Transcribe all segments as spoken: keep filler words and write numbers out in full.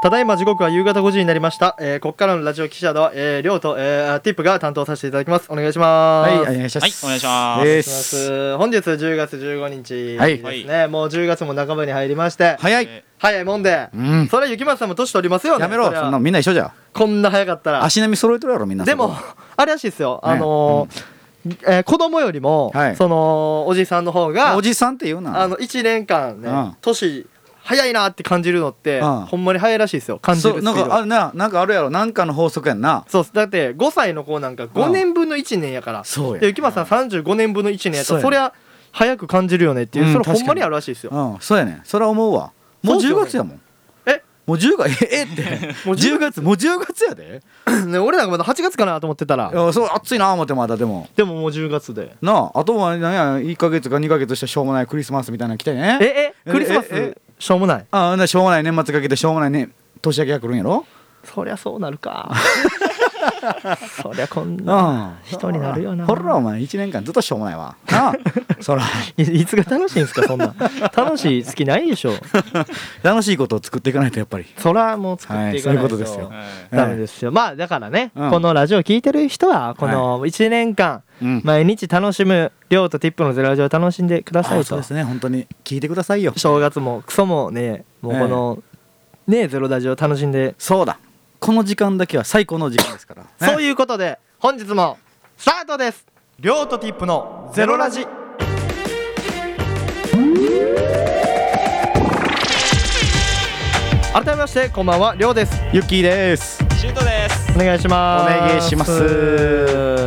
ただいま時刻は夕方ごじになりました、えー、ここからのラジオ記者の、えー、りょうと、えー、ティップが担当させていただきます。お願いします。 はい、お願いします。 はい、お願いします。 お願いします。本日じゅうがつじゅうごにちですね、はい、もうじゅうがつも半ばに入りまして早い早いもんで、うん、それは雪松さんも年取りますよね。 やめろ、そんなみんな一緒じゃん。 こんな早かったら足並み揃えとるやろみんな。 でもあれらしいですよ、あのーうんえー、子供よりも、はい、そのおじさんの方がおじさんって言うな、 あのいちねんかんね、うん、年早いなって感じるのって、うん、ほんまに早いらしいですよ。感じるスピード。 そうなんかあるな、なんかあるやろ、なんかの法則やんな。 そうだってごさいの子なんかごねんぶんのいちねんやから、うん、そうやで雪松さんさんじゅうごねんぶんのいちねんやったら そ, そりゃ早く感じるよねっていう、うん、それほんまにあるらしいですよ、 うん、そうやね、それは思うわ。もうじゅうがつやもん。 えもうじゅうがつえってもうじゅうがつもうじゅうがつやでね、俺なんかまだはちがつかなと思ってたら、 いやそう暑いな思って、まだでもでももうじゅうがつでなあ。あとは何やいっかげつかにかげつしたしょうもないクリスマスみたいなの来てね。 ええクリスマスしょうもない、 ああしょうもない年末かけてしょうもないね年明けが来るんやろ。 そりゃそうなるかそりゃこんな人になるよな。 ほらお前いちねんかんずっとしょうもないわなあそらい, いつが楽しいんですか。そんな楽しい好きないでしょ楽しいことを作っていかないとやっぱりそらもう作っていかないと、はい、そういうことですよ、ダメですよ。まあだからね、うん、このラジオ聞いてる人はこのいちねんかん毎日楽しむりょうとティップのゼロラジオを楽しんでくださいと。 そうですね、本当に聞いてくださいよ。 正月もクソもね、もうこの、えー、ねゼロラジオを楽しんで。 そうだ、この時間だけは最高の時間ですから、ね、 そういうことで本日もスタートです。りょうとティップのゼロラジ。改めましてこんばんは、りょうです。 ゆっきーです。 シュートです。 お願いします。 お願いします。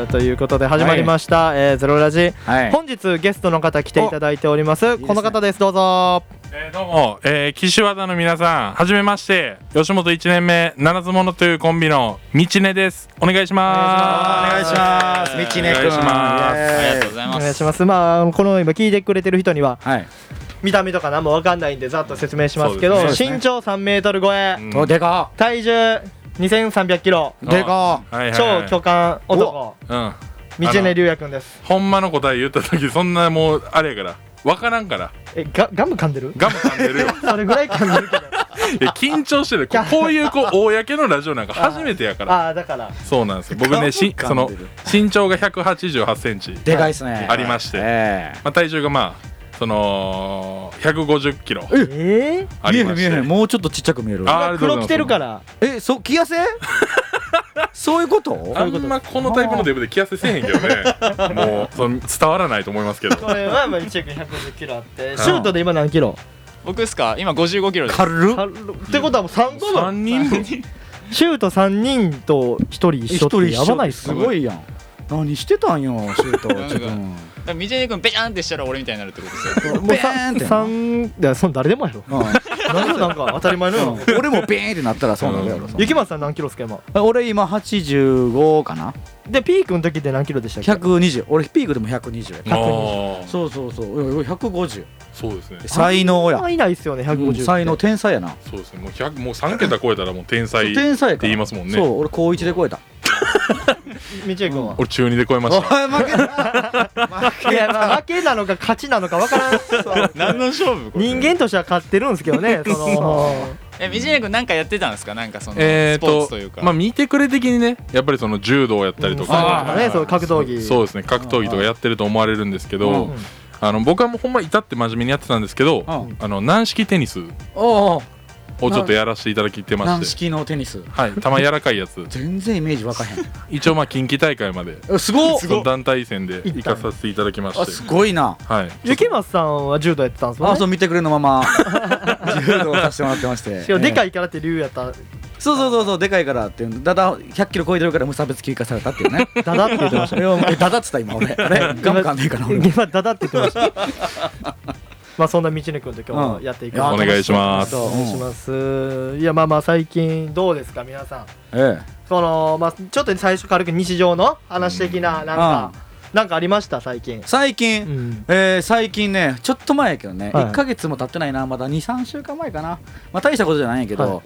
ということで始まりました、はい、えー、ゼロラジ、はい、本日ゲストの方来ていただいております。いいですね、この方です、どうぞ。 えー、どうも、えー、岸和田の皆さん、はじめまして。吉本いちねんめななつものというコンビのみちねです。お願いします。 お願いします。みちねくん、お願いします。 ありがとうございます。 お願いします。まあこの今聞いてくれてる人には、はい、見た目とか何も分かんないんでざっと説明しますけど、ね、身長さんメートル超え、 うん、でか体重にせんさんびゃくキロ、 でか、 超巨漢男、うん、みちねりゅうやくんです。 ほんまの答え言った時そんなもうあれやから分からんから。 えガガム噛んでる？ ガム噛んでるよそれぐらい噛んでるけどいや緊張してる。こういうこう公のラジオなんか初めてやから。 ああだからそうなんですよ。僕ねしその身長がひゃくはちじゅうはちセンチでかいっすねありまして、えーまあ、体重がまあそのひゃくごじゅっキロえありまして、 見えへん見えへん、もうちょっとちっちゃく見える。 あ黒着てるから。 えそ気痩せそういうこと？ あんまこのタイプのデブで気痩せせえへんけどねもうその伝わらないと思いますけど。 これはまあいちねんひゃくごじゅっキロあって、シュートで今何キロ？ 僕ですか、今ごじゅうごキロです。 軽っってことはもうさんこさんにん分シュートさんにんとひとり一緒ってやばないっすか？ すごいやん。何してたんよシュートちょっとみちねくんペチャンってしたら俺みたいになるってことですよ。 もうさんいやそん誰でもやろ、うん、なんなんか当たり前のような俺もビーンってなったらそうなるやろ。 雪松さん何キロっすか今？ 俺今はちじゅうごかな。 でピークの時って何キロでしたっけ？ ひゃくにじゅう。俺ピークでもひゃくにじゅう。 ひゃくにじゅう。 そうそうそうひゃくごじゅう。 そうですね。 才能や。 あんまいないっすよねひゃくごじゅう、うん、 才能天才やな。 そうですね。もうひゃくもうさんけた超えたらもう天才って言いますもんね。 そう俺こういちで超えた。 みちえくんは？ 俺中にで超えました。 負けた負けた負けなのか勝ちなのか分からん何の勝負？ 人間としては勝ってるんですけどねそのえみちねくんなんかやってたんですか？なんかそのスポーツというか、 まあ見てくれ的にねやっぱりその柔道やったりとか、 うん、ねそう格闘技そうですね格闘技とかやってると思われるんですけど、あの僕はもうほんま至って真面目にやってたんですけど、あの軟式テニスをちょっとやらせていただきてまして。 軟式のテニス、 はい、球柔らかいやつ全然イメージわかへん一応まあ近畿大会まですごっその団体戦で行かさせていただきまして。 すごいな。 はい。 雪松さんは柔道やってたんですもんね。 あそう見てくれのまま柔道をさせてもらってまして。 しかもでかいからって理由やった。 そうそうそうそうでかいからってだだひゃっキロ超えてるから無差別級化されたっていうねダダって言ってました。 えダダっつった今俺あれガムかんねえかな俺今ダダって言ってましたまあそんなみちねくんと今日もやっていく、うん、 お願いします。 お願いします。いやまあまあ最近どうですか皆さん。 ええそのまあちょっと最初軽く日常の話的ななんか、うんなんかありました最近？ 最近、うん、えー、最近ねちょっと前やけどね、はい、いっかげつも経ってないなまだ にさんしゅうかんまえかな、まあ、大したことじゃないんやけど、はい、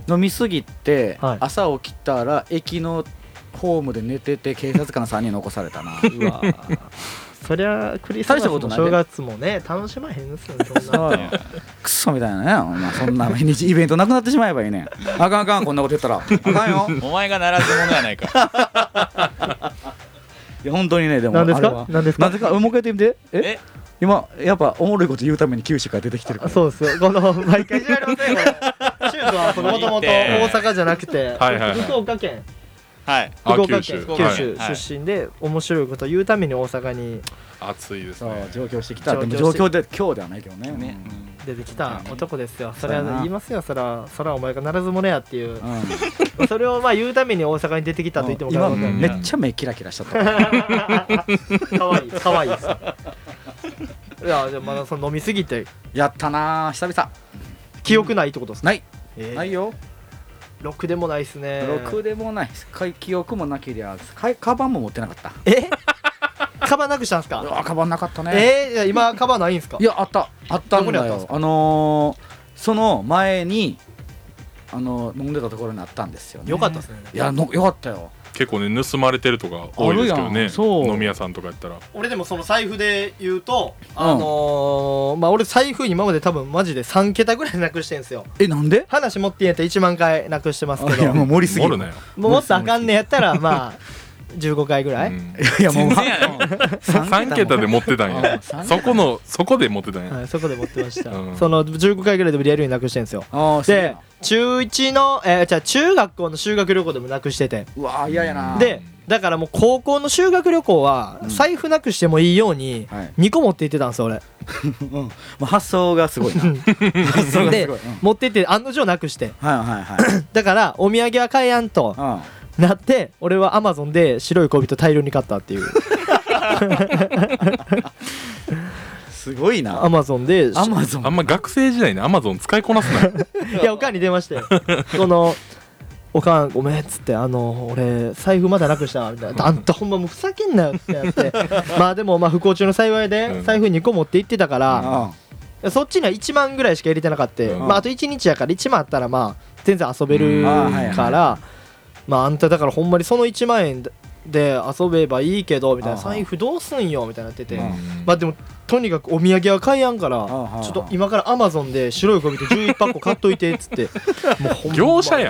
飲みすぎて、はい、朝起きたら駅のホームで寝てて警察官さんにん残されたなうわそりゃクリスマスも正月もね楽しまへんですよそんなクソみたいなね、まあ、そんな日にちイベントなくなってしまえばいいねあかんあかんこんなこと言ったらあかんよお前がならず者やないかいや本当にねでも何ですか何ですかなぜかもう一回言ってみてえ今やっぱおもろいこと言うために九州から出てきてるからそうですよこの毎回知られませんよシュートはもともと大阪じゃなくて福岡県はい福岡県九州出身で面白いことを言うために大阪に暑いですね上京してきたでも上京で今日ではないけどね出てきた男ですよそれは言いますよそれはそれはお前がならず者やっていうそれをまあ言うために大阪に出てきたと言っても今めっちゃ目キラキラしちゃったかわいいかわいいですいやでもまだその飲みすぎてやったな久々 記憶ないってことですかないないよろくでもないっすねろくでもない記憶もなけりゃカバンも持ってなかったえカバンなくしたんすかカバンなかったねえー、今カバンないんすかいやあったあったんだよあのー、その前にあのー、飲んでたところにあったんですよねよかったですねいやのよかったよ結構ね盗まれてるとか多いですけどね飲み屋さんとかやったら俺でもその財布で言うとあのーうん、まあ俺財布今まで多分マジでさん桁ぐらいなくしてんすよえなんで話持ってんやったらいちまんかいなくしてますけどいやもう盛りすぎるもうもっとあかんねやったらまあじゅうごかいぐらい、うん、 いやもうさん桁で持ってたんやそこのそこで持ってたんや、 はい、そこで持ってました、うん、そのじゅうごかいぐらいでもリアルになくしてんすよで中いちの、えー、じゃあ中学校の修学旅行でもなくしててうわ嫌やなでだからもう高校の修学旅行は財布なくしてもいいようににこ持って行ってたんですよ俺、 うん、発想がすごいな発想がすごい、うん、持って行って案の定なくして、 はいはいはい、 だからお土産は買えやんと、うんなって俺はアマゾンで白い小人大量に買ったっていうすごいなアマゾンでアマゾンあんま学生時代にアマゾン使いこなすないやおかんに電話してこのおかんごめんっつってあの俺財布まだなくしたみたいなあんたほんまもうふざけんなよってやってまあでもまあ不幸中の幸いで財布にこ持って行ってたから、うん、そっちにはいちまんぐらいしか入れてなかった、うんまあ、あといちにちやからいちまんあったらまあ全然遊べるからまああんただからほんまにそのいちまんえんで遊べばいいけどみたいな財布どうすんよみたいなっててまあでもとにかくお土産は買えやんからちょっと今からアマゾンで白い小人じゅういちぱこ買っといてっつってもうほんま業者やん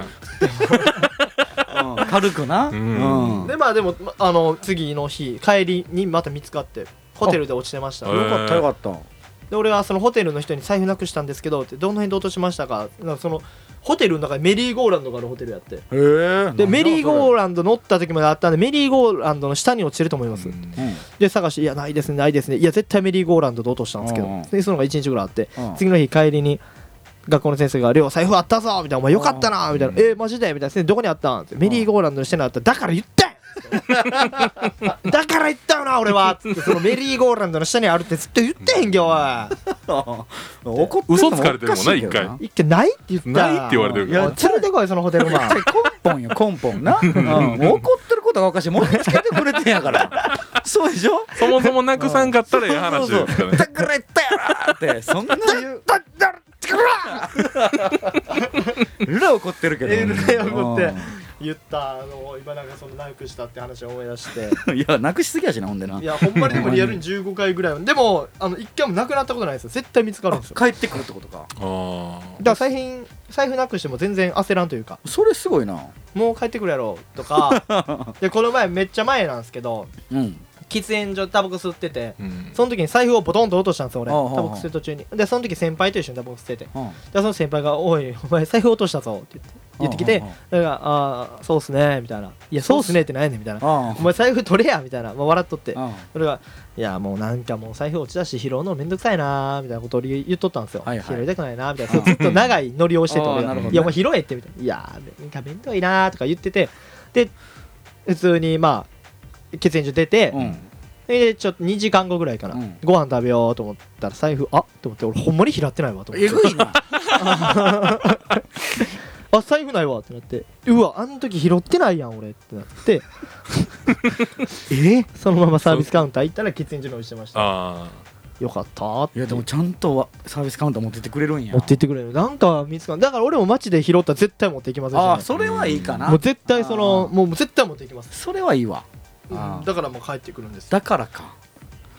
軽くなでまあでもあの次の日帰りにまた見つかってホテルで落ちてました。 よかったよかった。 で俺はそのホテルの人に財布なくしたんですけどってどの辺で落としましたか。なんかそのホテルの中にメリーゴーランドがあるホテルやって、 へでメリーゴーランド乗った時まであったんでメリーゴーランドの下に落ちてると思います、うん、で探していやないですねないですねいや絶対メリーゴーランドで落としたんですけど、うん、でそのがいちにちぐらいあって、うん、次の日帰りに学校の先生が「りょう財布あったぞ」みたいな「お前よかったな」みたいな「えー、マジで?」みたいな「先生どこにあったん?」ってメリーゴーランドの下にあっただから言っただから言ったよな俺はつってそのメリーゴーランドの下にあるってずっと言ってへんけおい怒って嘘つかれてるもんな一回一回ないって言ったないって言われてるから連れてこいそのホテルマン根本よ根本な、うん、怒ってることがおかしいもうつけてくれてんやからそうでしょそもそもなくさんかったらええ話ですからねだから言ったよなってそんな言うだだうら怒ってるけどえらい怒って言ったのを今なんかそのなくしたって話を思い出していやなくしすぎやしなほんでないやほんまにでもリアルにじゅうごかいぐらいでもあのいっかいもなくなったことないですよ絶対見つかるんですよ帰ってくるってことかあだから財布財布なくしても全然焦らんというかそれすごいなもう帰ってくるやろとかでこの前めっちゃ前なんですけど、うん喫煙所でタバコ吸ってて、うん、その時に財布をボトンと落としたんですよ俺タバコ吸ってる途中にでその時先輩と一緒にタバコ吸っててでその先輩が「おいお前財布落としたぞ」って言って言ってきてだから「ああそうっすね」みたいな「いやそうっすね」ってないねんみたいな「お前財布取れや」みたいな、まあ、笑っとってそれが「いやもうなんかもう財布落ちたし拾うのめんどくさいな」みたいなことを言っとったんですよ、はいはい、拾いたくないなみたいなずっと長いノリをしてて俺が「いやお前拾え」ってみたいな「いやなんかめんどいな」とか言っててで普通にまあ喫煙所出て、うんでちょっとにじかんごぐらいかな、うん、ご飯食べようと思ったら財布あっと思って俺ほんまに拾ってないわと思ってえぐいなあ財布ないわってなってうわあの時拾ってないやん俺ってなってえそのままサービスカウンター行ったら喫煙所に置いてました。あよかったって。 いやでもちゃんとサービスカウンター持ってってくれるんや持ってってくれるなんか見つかんだから俺も街で拾ったら絶対持っていきますよ、ね、 ああそれはいいかなもう絶対そのもう絶対持っていきますそれはいいわうん、だからもう帰ってくるんですだからか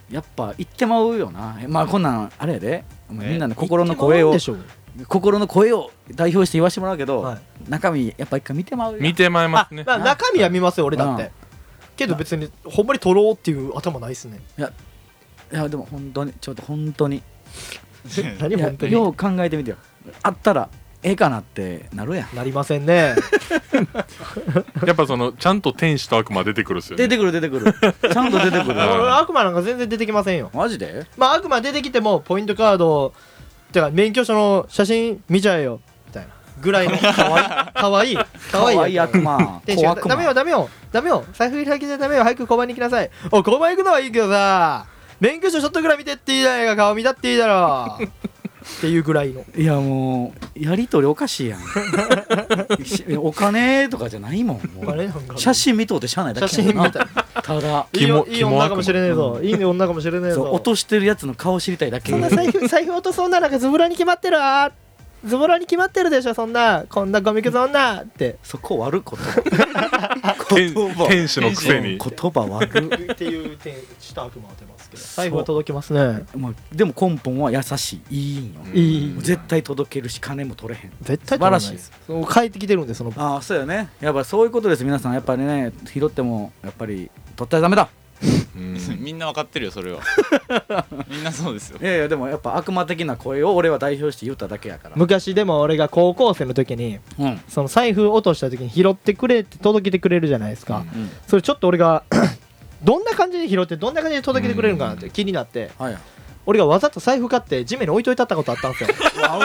やっぱ言ってまうよな。まあこんなんあれやで、みんなの心の声を心の声を代表して言わせてもらうけど、はい、中身やっぱ一回見てまうよ。 見てまいますね。 まあ、中身は見ますよ俺だって、うん、けど別にほんまに撮ろうっていう頭ないっすね。 いやいやでも本当にちょっと本当に何本当によう考えてみてよ。あったらええかなってなるやん。 なりませんねやっぱそのちゃんと天使と悪魔出てくるっすよね。 出てくる出てくるちゃんと出てくる俺悪魔なんか全然出てきませんよ。 マジで。 まあ悪魔出てきてもポイントカードてか免許証の写真見ちゃえよみたいなぐらいのかわいいかわいいかわいい悪魔天使がダメよダメよダメよ財布入れだけじゃダメよ早く交番に行きなさい。お交番行くのはいいけどさ免許証ちょっとぐらい見てっていいじゃないか顔見たっていいだろっていうぐらいの。いやもうやりとりおかしいやんお金とかじゃないもん。もう写真見とうてしゃあないだけやな。ただいいいい女かもしれねえぞ、いい女かもしれねえぞ。 落としてるやつの顔知りたいだけ。 そんな財布財布落とす女なんかズボラに決まってるわ。ズボラに決まってるでしょそんなこんなゴミくず女って。 そこ悪いこと天使のくせに言葉悪いっていう天使と悪魔を当てますけど財布は届きますね。 まあ、でも根本は優しいいいんよ。いい絶対届けるし金も取れへん。 絶対取れないです。帰ってきてるんでその。 ああそうよね。やっぱそういうことです皆さん。やっぱりね拾ってもやっぱり取ったらダメだ。 みんな分かってるよそれはみんなそうですよ。 いやいやでもやっぱ悪魔的な声を俺は代表して言っただけやから。 昔でも俺が高校生の時に、うん、その財布落とした時に拾ってくれって届けてくれるじゃないですか、うん、それちょっと俺がどんな感じで拾ってどんな感じで届けてくれるのかなって気になって、うんはい、俺がわざと財布買って地面に置いといたったことあったんですよ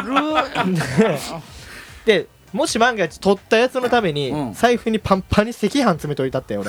でもし万が一取ったやつのために、うん、財布にパンパンに赤飯詰めといたって俺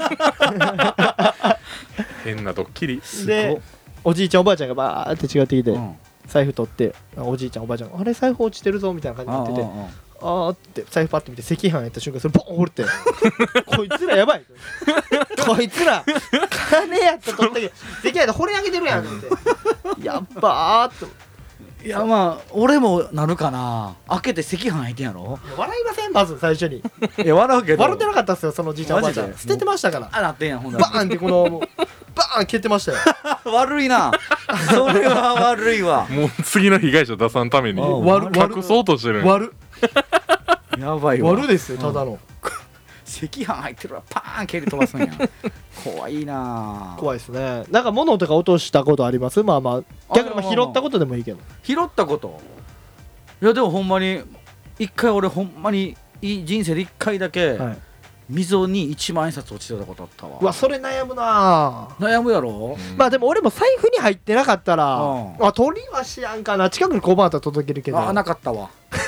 変なドッキリでおじいちゃんおばあちゃんがバーって違ってきて、うん、財布取っておじいちゃんおばあちゃんがあれ財布落ちてるぞみたいな感じになっててあーって財布パッて見て赤飯やった瞬間それボン折ってこいつらやばいこいつら金やったと取ったけど赤飯やったら掘り上げてるやんってやっばーっと。 いやまあ俺もなるかな。開けて赤飯入ってんやろ。 笑いませんまず最初に。 いや笑うけど笑ってなかったっすよそのじいちゃんおばあちゃん。捨ててましたから。 あなってんやほんならバーンってこのバーン蹴ってましたよ悪いなそれは悪いわ。 もう次の被害者出さんために隠そうとしてる。 悪やばいわ。 悪ですよただの。 赤飯入ってるわパーン蹴り飛ばすんや怖いな。 怖いですね。なんか物とか落としたことあります？まあまあ逆に拾ったことでもいいけど。 拾ったこと、いやでもほんまに一回俺ほんまに人生で一回だけ、はい、溝にいちまんえん札落ちてたことあったわ。 うわそれ悩むな。 悩むやろ、 うん、まあでも俺も財布に入ってなかったら、うん、あ取りはしやんかな。近くに交番あったら届けるけど。 あなかったわ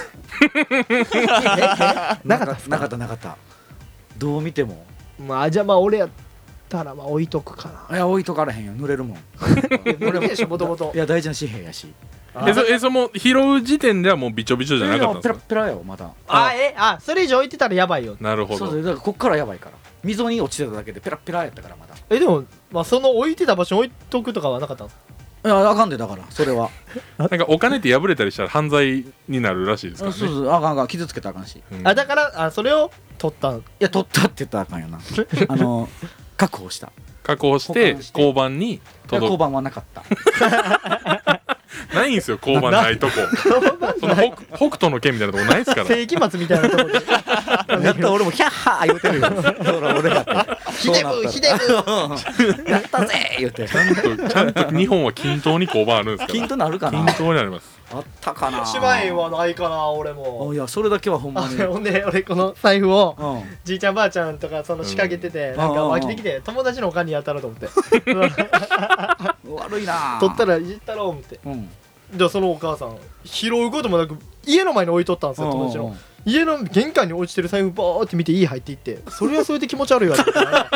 なかったなかったなかった。どう見てもまあじゃあまあ俺やったらまあ置いとくかな。 いや置いとかれへんよ濡れるもん俺もでしょもともと。 いや大事な紙幣やし。 えそえそも拾う時点ではもうびちょびちょじゃなかったんですか。 ペラペラよまだ。 あえあそれ以上置いてたらやばいよ。 なるほど。 そうだからこっからやばいから溝に落ちてただけでペラペラやったからまだ。 えでもまあその置いてた場所に置いとくとかはなかったんですか。 いやあかんでだからそれはなんかお金って破れたりしたら犯罪になるらしいですからね。 そうそうあかんあかん傷つけたらあかんし、 うん、あだからあそれを取った。いや取ったって言ったらあかんよなあの確保した確保して交番に届く。交番はなかったないんすよ交番ないとこその 北, 北斗の剣みたいなとこないですから。 世紀末みたいなとこでやったら俺もヒャッハー言うてるよそら俺だってヒデブヒデブやったぜ言うてちゃんとちゃんと日本は均等に交番あるんですから。 均等なるかな。 均等になります。 あったかな。 一万円はないかな俺も。 いやそれだけはほんまに。 ほんで俺この財布を、うん、じいちゃんばあちゃんとかその仕掛けてて、うん、なんか湧きてきて友達のお金に当たろうと思って悪いな。 取ったらいじったろう思って、うん、でそのお母さん拾うこともなく家の前に置いとったんですよ。友達の家の玄関に落ちてる財布バーって見て家入っていって、それはそれで気持ち悪いわって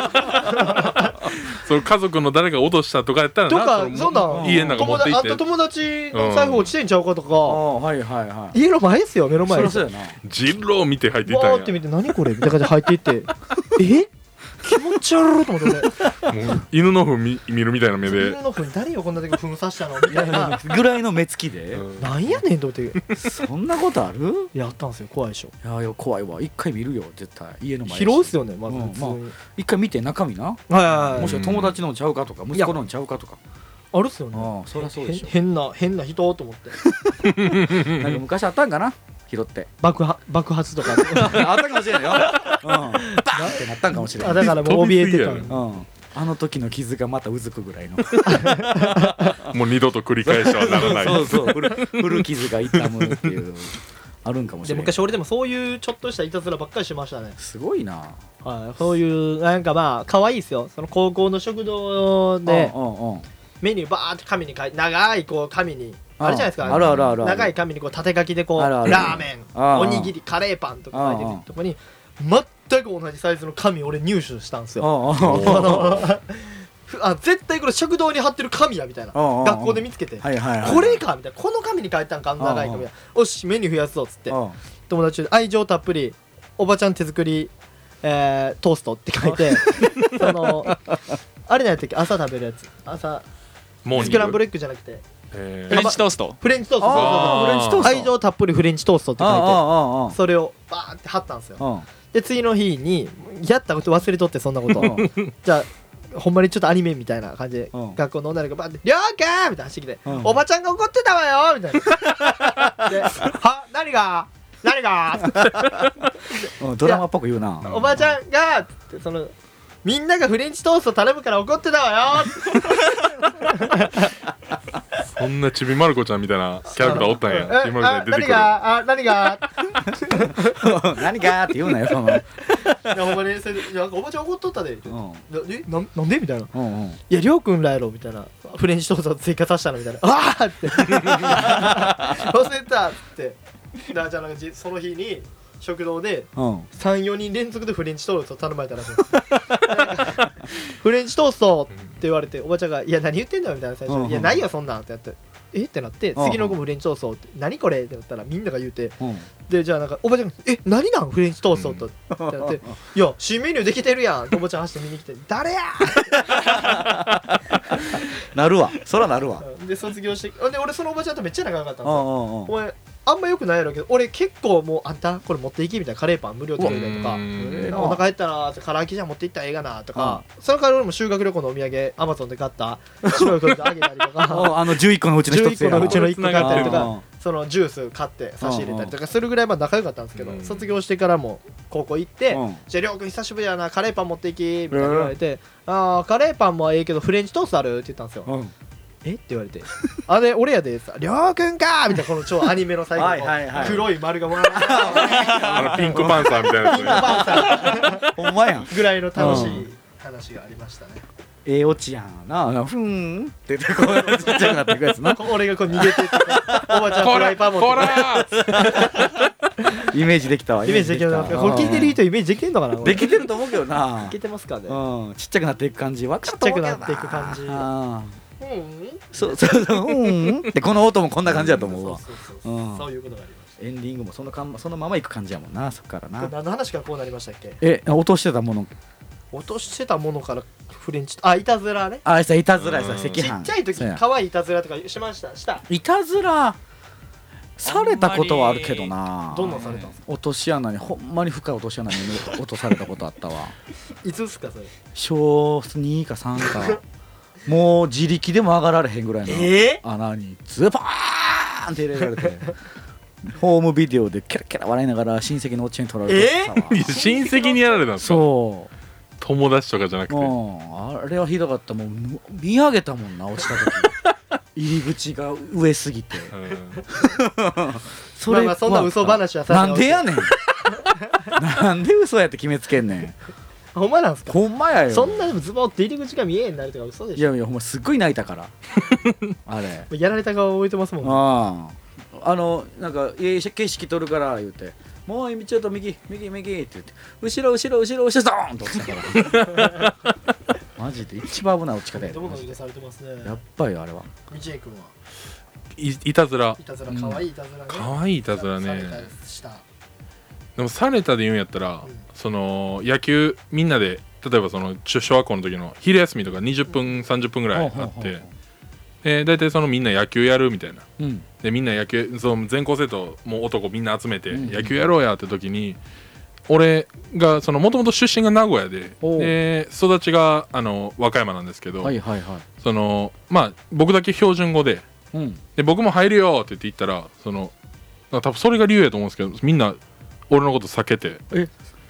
その家族の誰か落としたとかやったらな、 とかそんな家の中持って行って、 あんた友達の財布落ちてんちゃうかとか、 うん、はいはいはい、 家の前ですよ目の前で。 そうやな。 ジロー見て入っていったんや。 バーって見て何これみたいな感じで入っていってえ気持ち悪いと思って俺もう犬の糞 見, 見るみたいな目で犬の糞誰よこんな時糞刺したのみたいなぐらいの目つきで、 うん、なんやねんと思ってそんなことある？ やったんですよ。怖いでしょ。 いやいや怖いわ。一回見るよ絶対家の前。 拾うっすよねまず、うん、 まあ一回見て中身な、 はいはいはい、 もしくは友達のちゃうかとか息子のちゃうかとかあるっすよね。 ああそりゃそうでしょ。 変な変な人と思ってなんか昔あったんかな拾って爆破爆発とかあったかもしれんよ、うん、バーってなったんかもしれん。 あだからもう怯えてた、 うん、あの時の傷がまたうずくぐらいのもう二度と繰り返してはならないそうそう古古傷が痛むっていうあるんかもしれない。 で昔俺でもそういうちょっとしたいたずらばっかりしましたね。 すごいな。 はい、そういうなんかまあ可愛いですよ。その高校の食堂でメニューバーって紙に書いて長いこう紙にあれじゃないですか。 あるあるある。 長い紙にこう縦書きでこうラーメン、おにぎり、カレーパンとか書いてるとこに全く同じサイズの紙俺入手したんですよ。あ絶対これ食堂に貼ってる紙やみたいな学校で見つけてこれかみたいなこの紙に書いたんか長い紙やよしメニュー増やすぞっつって友達で愛情たっぷりおばちゃん手作りえートーストって書いてそのあれなんやったっけ朝食べるやつ朝スクランブルエッグじゃなくてフレンチトーストフレンチトーストフレンチトースト愛情たっぷりフレンチトーストって書いてそれをバーって貼ったんですよ。で次の日にやったこと忘れとってそんなことじゃあほんまにちょっとアニメみたいな感じで学校の女の子がバーって「りょうくん!」みたいな走ってきて「おばちゃんが怒ってたわよ!」みたいなで「は何が何が?」 ドラマっぽく言うな。 おばちゃんがってそのみんながフレンチトースト頼むから怒ってたわよそんなちびまる子ちゃんみたいなキャラクターおったんや。ちびまる子ちゃん出てくる。 何があ何が何がって言うなよその。 いやほんまにそれでなんかおばちゃん怒っとったで、うん、え な, なんでみたいな、うんうん、いやりょうくんらやろみたいなフレンチトースト追加させたのみたいなああって忘れたってだからじゃあなんかその日に食堂でさん、よにん連続でフレンチトースト頼まれたらしいですフレンチトーストって言われておばちゃんが「いや何言ってんだよ」みたいな最初「うんうん、いやないよそんなん」ってやってえってなって次の子もフレンチトーストって何これってなったらみんなが言うて、うん、でじゃあなんかおばちゃんがえ何なんフレンチトーストってなっていや新メニューできてるやんっておばちゃん走って見に来て誰やなるわそらなるわで卒業してで俺そのおばちゃんとめっちゃ仲良かったんですよ。お前あんま良くないやろうけど俺結構もうあんたこれ持っていきみたいなカレーパン無料でくれたりとかお腹減ったなー唐揚げじゃ持っていったらええがなとかその代わり俺も修学旅行のお土産アマゾンで買った白い粉であげたりとかあのじゅういっこのうちのひとつじゅういっこのうちのいっこ買ったりとかそのジュース買って差し入れたりとかするぐらいまあ仲良かったんですけど卒業してからも高校行ってじゃありょうくん久しぶりやなカレーパン持っていきみたいな言われてあーカレーパンもええけどフレンチトーストあるって言ったんですよ。えって言われてあれ俺やでさりょうくんかーみたいなこの超アニメの最後の黒い丸がもらあのピンクパンサーみたいなやつピンクパンサーほんまやんぐらいの楽しい話がありましたね。 ええオチやんなふーんって言ってこうちっちゃくなっていくやつな俺がこう逃げてっておばちゃんフライパン持ってイメージできたわイメージできたわこれ聞いてる人イメージできてんのかなできてると思うけどなできてますかね。 うんちっちゃくなっていく感じ分かちっちゃくなっていく感じうんそうそうそううんってこの音もこんな感じだと思うわ。 そういうことがありました。 エンディングもそのかんそのままいく感じやもんなそっからな。 何の話からこうなりましたっけ。 え落としてたもの落としてたものからフレンチあいたずらね。 あいたずらさ赤飯ちっちゃい時可愛いいたずらとかしましたしたいたずらされたことはあるけどな。 どんなんされたんですか。 落とし穴にほんまに深い落とし穴に落とされたことあったわいつですかそれ。 小にかさんかもう自力でも上がられへんぐらいの穴にズバーンって入れられてホームビデオでキャラキャラ笑いながら親戚のおっちゃんに取られてたわ。 えー、親戚にやられたんですか。 そう友達とかじゃなくて、うん、 あれはひどかった。もう見上げたもんな落ちた時入り口が上すぎて、うん、 それまあまあそんな嘘話はさなんでやねんなんで嘘やって決めつけんねんほんまなんすか。 ほんまやよ。 そんなでもズボッて入り口が見えへんなるとか嘘でしょ。 いやいやほんますっごい泣いたからあれやられた側覚えてますもんね。 ああのなんか景色撮るから言うてもうちょっと右右右って言って後ろ後ろ後ろ後ろドーンと落ちたからマジで一番危ない落ち方や。 どうもされてますね。 やっぱりあれは道枝君はい, いたずらいたずら可愛いいたずらね。 可愛いいたずらね。でもされたで言うんやったら、うん、その野球みんなで例えばその小学校の時の昼休みとかにじゅっぷんさんじゅっぷんぐらいあって、えー、大体そのみんな野球やるみたいな、うん、でみんな野球その全校生徒もう男みんな集めて、うん、野球やろうやって時に俺がそのもともと出身が名古屋で、で育ちがあの和歌山なんですけど、はいはいはい、そのまあ僕だけ標準語で、うん、で僕も入るよって言って言ったらその多分それが理由やと思うんですけどみんな俺のこと避けてえ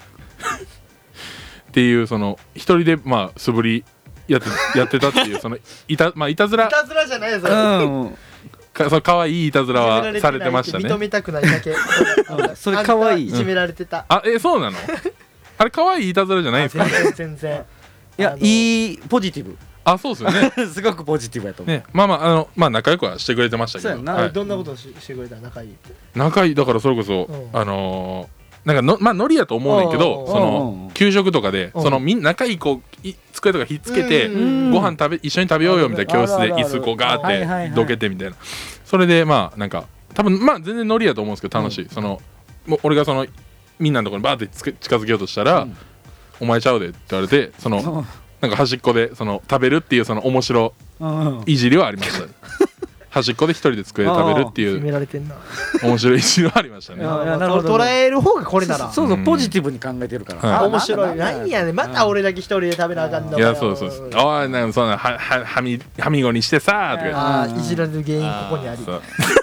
っていうその一人でまあ素振りやってやってたっていうそのいたまあいたずらいたずらじゃないですよ、うんかその可愛いいたずらはされてましたね。 認めたくないだけそれ可愛いいじめられてた、 うん、あえそうなのあれ可愛いいたずらじゃないですか。 全然全然いやいいポジティブあそうですよねすごくポジティブやと思う、ね、 まあまああのまあ仲良くはしてくれてましたけど、そうやな、 はい、どんなことを し, してくれたら仲いいって仲いいだからそれこそ、うん、あのーなんかのまあノリやと思うねんけどその給食とかでそのみんな仲いい子机とかひっつけてご飯食べ一緒に食べようよみたいな教室で椅子こうガーってどけてみたいなそれでまあなんか多分まあ全然ノリやと思うんですけど楽しいそのもう俺がそのみんなのところにバーって近づけようとしたらお前ちゃうでって言われてそのなんか端っこでその食べるっていうその面白いじりはありました端っこで一人で机で食べるっていう決められてんな面白い一面ありましたね。 捉える方がこれならそうそうポジティブに考えてるから、 はい、面白い何やねまた俺だけ一人で食べなあかんのいやそうそうそうああなんかそんなはははみはみごにしてさーとかあいじられる原因ここにあり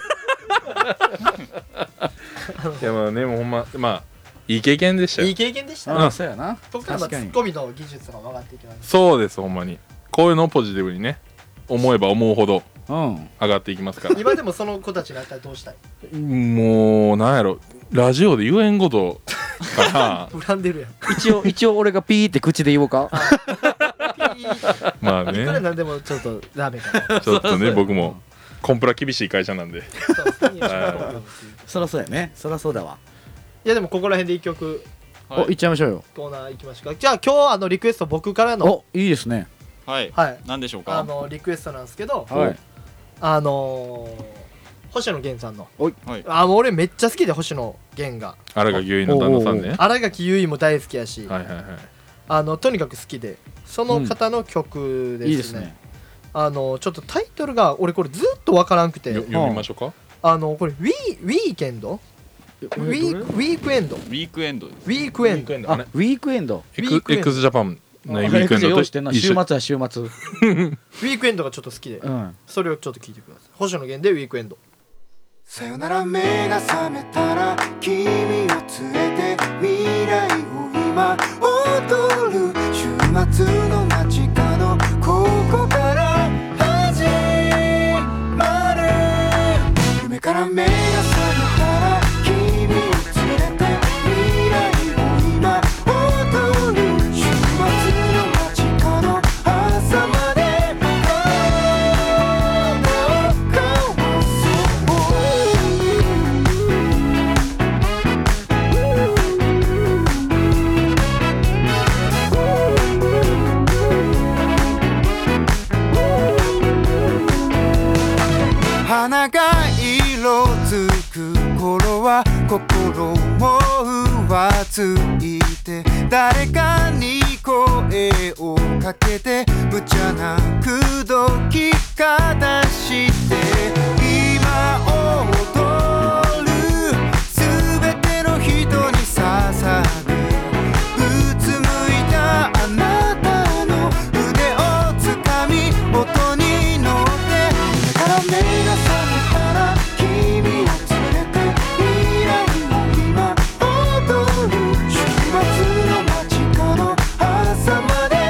いやまあねもうほんままあいい経験でしたよ。 いい経験でしたね、うん、そうやなそっからツッコミの技術が上がっていきます。 そうですほんまにこういうのをポジティブにね思えば思うほど上がっていきますから、うん、 今でもその子たちになったらどうしたいもうなんやろラジオで言えんことかな恨んでるやん一応一応俺がピーって口で言おうかまあねいくらなんでもちょっとダメかなちょっとね僕もコンプラ厳しい会社なんでそらそうやねそらそうだわ。 いやでもここら辺で一曲、 はい、おいっちゃいましょうよ。 コーナー行きましょうか。じゃあ今日あのリクエスト僕からのおいいですねはい、はい、何でしょうか。 あのリクエストなんですけど、 はい、 あのー、星野源さんのおいあもう俺めっちゃ好きで星野源が新垣結衣の旦那さんね。 新垣結衣も大好きやし、 はいはいはい、 あのとにかく好きでその方の曲ですね、うん、いいですね。あのちょっとタイトルが俺これずっとわからんくて読みましょうか。 あのこれウィーウィーケンドウィーウィークエンドウィークエンドウィークエンドあウィークエンド X ジャパンのウィークエンドと一緒。 週末は週末ウィークエンドがちょっと好きで、うん、それをちょっと聞いてください。星野源でウィークエンド。 さよなら目が覚めたら君を連れて未来を今踊る週末の街角ここから始まる夢から目が覚めたら君を連れて未来を今踊る週末の街角朝まで花が色づく頃は心も浮ついて誰かに声をかけて無茶な口説き方して今踊る全ての人に捧ぐうつむいたあなたの腕をつかみ音に乗って目から目が覚めたら君を連れて未来を今踊る週末の街角朝まで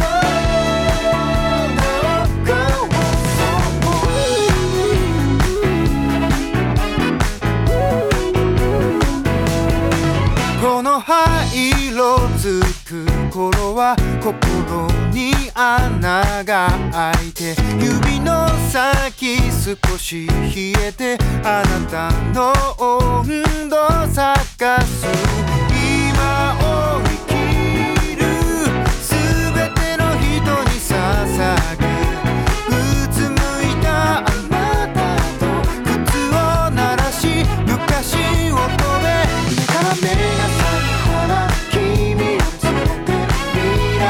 この灰色づく頃は心に穴が開いて指の先少し冷えてあなたの温度探す今を生きる全ての人に捧ぐうつむいたあなたと靴を鳴らし昔を飛べ夢から目が覚めたら君を連れて未来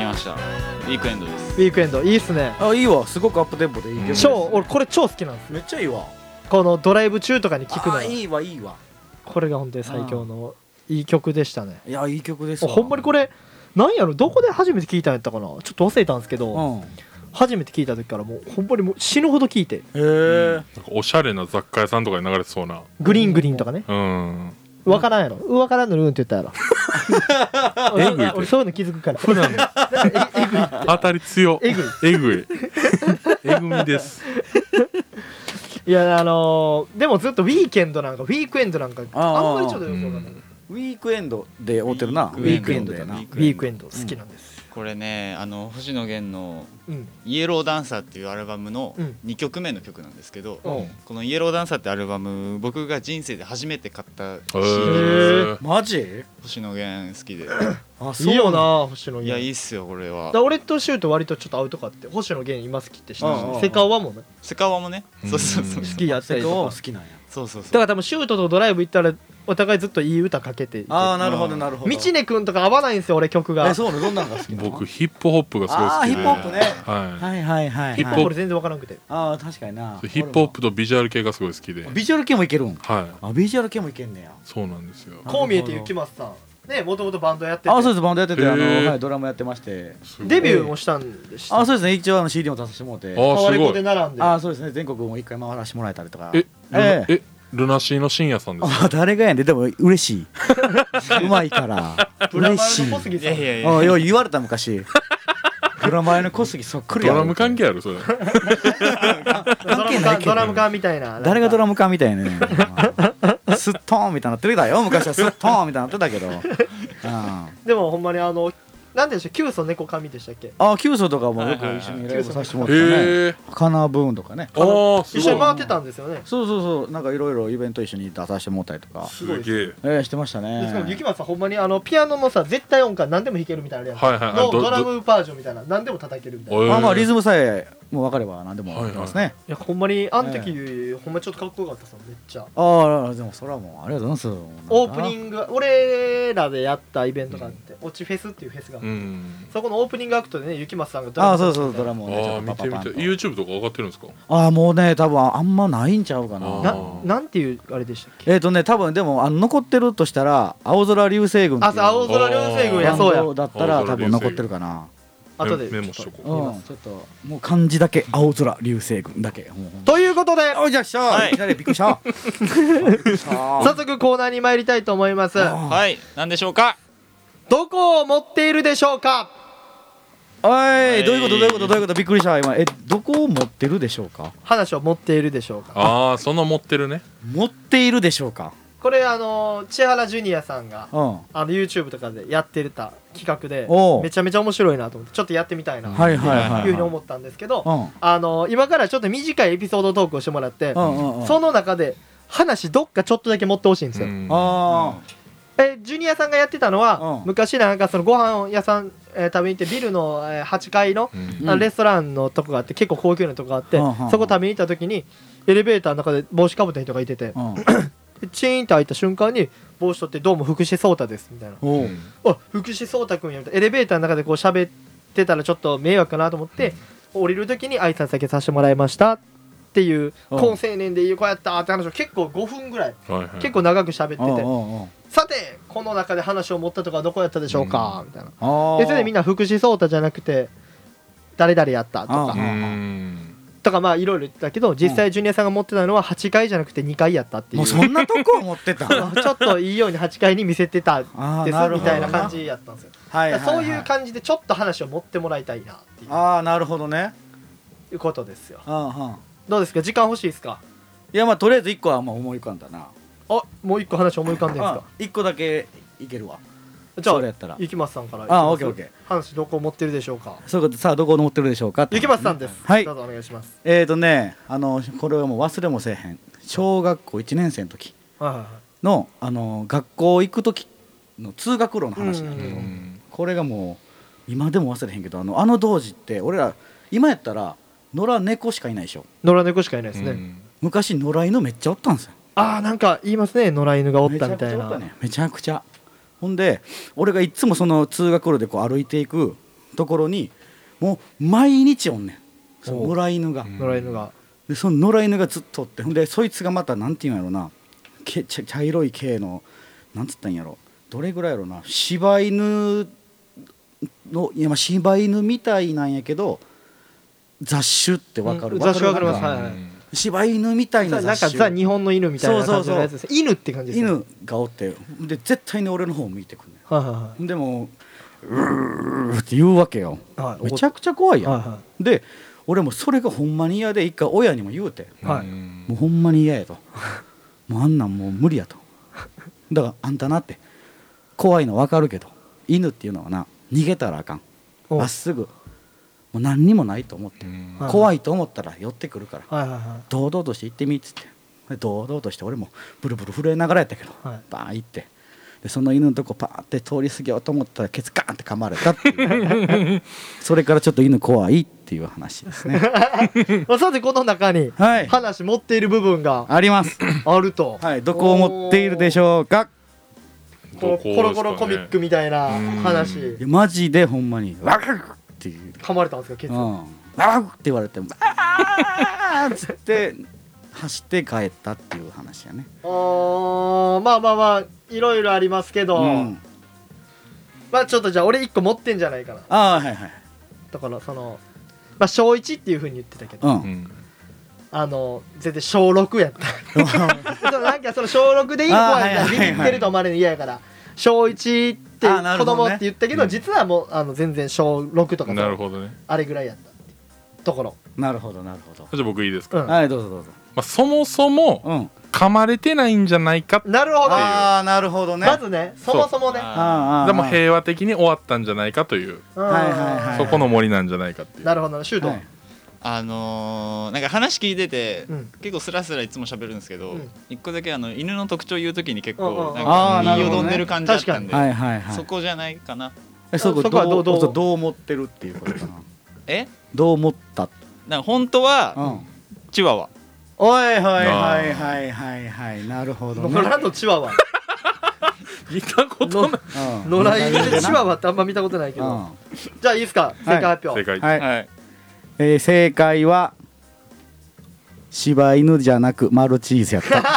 ました。ウィークエンドです。 ウィークエンドいいっすね。 あいいわ、すごくアップテンポでいいけど、 超俺これ超好きなんです。 めっちゃいいわ。 このドライブ中とかに聴くのがいいわいいわ。 これが本当に最強のいい曲でしたね。 いやいい曲ですわ。 ほんまにこれなんやろ、どこで初めて聴いたんやったかな、ちょっと忘れたんですけど、うん、初めて聴いた時からもうほんまにもう死ぬほど聴いて、へえ、うん、なんかおしゃれな雑貨屋さんとかに流れてそうなグリーングリーンとかね、 うん分からんやろ、分からんのルーンって言ったやろえぐいって俺そういうの気づくから普段当たり強えぐいえぐいえぐみですいやあのー、でもずっとウィーケンドなんかウィークエンドなんかあんまりちょっとよく分かんない。 ウィークエンドで追ってるな。 ウィークエンドだな。ウィークエンド好きなんです。 これね、あの星野源のイエローダンサーっていうアルバムのにきょくめの曲なんですけど、このイエローダンサーってアルバム僕が人生で初めて買った シーディー です。 マジ？ 星野源好きで。 あ、いいよな星野源。 いやいいっすよこれは。 だ俺とシュート割とちょっと合うとかって星野源今好きって知ってる。セカオワもね。 セカオワもね。そうそうそう。 好きやったりとか。 好きなんや。 そうそうそう。 だから多分シュートとドライブ行ったらお互いずっといい歌かけて。 ああなるほどなるほど。 道根くんとか合わないんですよ俺曲が。 えそうね、どんなのが好きなの？ 僕ヒップホップがすごい好きで。 ああヒップホップね。 はいはいはいはい。 ヒップホップ全然わからなくて。 ああ確かにな。 ヒップホップとビジュアル系がすごい好きで。 ビジュアル系もいけるん？ はい。 あビジュアル系もいけんねや。 そうなんですよ。 こう見えて雪松さん。ね、もともとバンドやってて、 あそうです、バンドやってて、あの、はい、ドラムやってまして、 デビューもしたんでした。 あそうですね、一応あの シーディー も出させてもらって、 タワレコで並んで、 あそうですね、全国も一回回らせてもらえたりとか。 えええルナシーの深夜さんですか？ あ誰がやんで、でも嬉しい、うまいから嬉しい。いやいやいや、よう言われた昔。ドラマの小杉そっくりや。 ドラム関係あるそれ。 関係ないけど。 ドラム缶みたいな。 誰がドラム缶みたいなね。スットーンみたいになってるだよ。昔はスットーンみたいになってたけど。 でもほんまにあのなんでしょう、キュウソネコカミでしたっけ？ あキュウソとかもよく一緒にライブさせてもらってね。カナブーンとかね。 あ一緒に回ってたんですよね。 そうそうそう、なんかいろいろイベント一緒に出させてもらったりとか。 すごい。 ええしてましたね。 しかも雪松さんほんまにあのピアノのさ絶対音感何でも弾けるみたいなやつのドラムバージョンみたいな何でも叩けるみたいな。 まあまあリズムさえもう分かれば何でもできますね。 いやほんまにあの時ほんまちょっとかっこよかったさめっちゃ。 ああでもそれはもうありがとうございます。 オープニング俺らでやったイベントがあってオチフェスっていうフェスがあってそこのオープニングアクトでね雪松さんがドラム。 あそうそうドラムをね。 あ見てみて YouTube とか上がってるんですか？ ああもうね多分あんまないんちゃうかな。 ななんていうあれでしたっけ？ えっとね多分でもあの残ってるとしたら青空流星群。 あ青空流星群やそうや。 だったら多分残ってるかな。 後でメモしとこう。ちょっともう漢字だけ青空流星群だけ。 ということで、 おじゃっしゃ。いきなりびっくりした。 早速コーナーに参りたいと思います。 はい、何でしょうか。 どこを持っているでしょうか。 おいどういうことどういうことどういうことびっくりした今。えどこを持ってるでしょうか。 話を持っているでしょうか。 ああその持ってるね。 持っているでしょうか。 これあの千原ジュニアさんが、うん、あの YouTube とかでやってた企画でめちゃめちゃ面白いなと思ってちょっとやってみたいなというふうに思ったんですけど、うん、あの今からちょっと短いエピソードトークをしてもらって、うんうんうん、その中で話どっかちょっとだけ持ってほしいんですよ。あえジュニアさんがやってたのは、うん、昔なんかそのご飯屋さん、えー、食べに行ってビルの、えー、はちかいの、うん、レストランのとこがあって結構高級なとこがあって、うん、そこ食べに行った時にエレベーターの中で帽子かぶった人がいてて、うんチーンって開いた瞬間に帽子取ってどうも福士蒼太ですみたいな。あ福士蒼太君やみたいな。エレベーターの中でこう喋ってたらちょっと迷惑かなと思って降りる時に挨拶だけさせてもらいましたっていう高青年でいい子やったって話を結構ごふんぐらい結構長く喋っててさてこの中で話を持ったとかどこやったでしょうかみたいな。でそれでみんな福士蒼太じゃなくて誰々やったとかとかまあいろいろ言ってたけど実際ジュニアさんが持ってたのははちかいじゃなくてにかいやったっていう。 もうそんなとこを持ってたちょっといいようにはちかいに見せてたですみたいな感じやったんですよ。はいはいはい、そういう感じでちょっと話を持ってもらいたいなっていう。 ああなるほどねいうことですよ。あどうですか時間欲しいですか。 いやまあとりあえずいっこはまあ思い浮かんだな。 あもういっこ話思い浮かんでるんですか。 いっこだけいけるわ。 じゃあ雪松さんからあオッケーオッケー話どこを持ってるでしょうか。 そういうことさあどこを持ってるでしょうか。 雪松さんです、 はいどうぞお願いします。 えーとねあのこれはもう忘れもせえへん小学校いちねん生の時のあの学校行く時の通学路の話なんだけどこれがもう今でも忘れへんけどあのあの当時って俺ら今やったら野良猫しかいないでしょ。 野良猫しかいないですね。 昔野良犬めっちゃおったんですよ。 あーなんか言いますね野良犬がおったみたいな。 めちゃくちゃほんで俺がいつもその通学路でこう歩いていくところにもう毎日おんねん、その野良犬が、 野良犬がでその野良犬がずっとおって、ほんでそいつがまたなんていうんやろな、け茶茶色い系のなんつったんやろ、どれぐらいやろな、柴犬のいやまあ柴犬みたいなんやけど雑種ってわかる、 うん、雑種わかります、はいはい、 柴犬みたいな雑種、 なんかザ日本の犬みたいな感じのやつです。犬って感じですね。 犬がおってで絶対に俺の方を向いてくんねん、はいはいはい、でもうーって言うわけよ、はい、めちゃくちゃ怖いやん、はいはい、で俺もそれがほんまに嫌で一回親にも言うて、はい、もうほんまに嫌やともうあんなんもう無理やとだからあんたなって怖いの分かるけど犬っていうのはな逃げたらあかん、まっすぐもう何にもないと思って、怖いと思ったら寄ってくるから、はいはいはい、堂々として行ってみっつって、堂々として俺もブルブル震えながらやったけど、はい、バーン行ってでその犬のとこパーって通り過ぎようと思ったらケツガーンって噛まれたっていうそれからちょっと犬怖いっていう話ですねさてこの中に話持っている部分があります、 あると、 はい、どこを持っているでしょうか。 こうコロコロコミックみたいな話、いやマジでほんまにワクっていう噛まれたんですかケツ、うん、 ワクって言われてあーっつって走って帰ったっていう話やね。 あーまあまあまあいろいろありますけど、うん、まあちょっとじゃあ俺いっこ持ってんじゃないかな。 あーはいはい。 だからそのまあ小いちっていう風に言ってたけど、うん、あの全然小ろくやったなんかその小ろくでいい子やビビってると思われるの嫌やから小いちって子供って言ったけど、実はもうあの全然小ろくとか、 なるほどね、 あれぐらいやったところ。 なるほどなるほど。 じゃあ僕いいですか。 はいどうぞどうぞ。 まあそもそも噛まれてないんじゃないかっていう。 なるほど。 ああなるほどね。 まずねそもそもね。 でも平和的に終わったんじゃないかという。はいはいはい。そこの森なんじゃないかっていう。 なるほどシュート。 あのー、なんか話聞いてて、うん、結構スラスラいつも喋るんですけど、うん、一個だけあの犬の特徴言うときに結構なんか言いよどんでる感じだったんで、ね、そこじゃないかな。 えそこどうどうどう思ってるっていうことかな。 えどう思った？ なんか本当は、うん、チワワ。 おいはいはいはいはいはいなるほど、ね。 野良のチワワ見たことない。 野良犬でチワワってあんま見たことないけど、うん、じゃあいいですか正解発表。 正解。はい。 えー、正解は柴犬じゃなくマルチーズやった正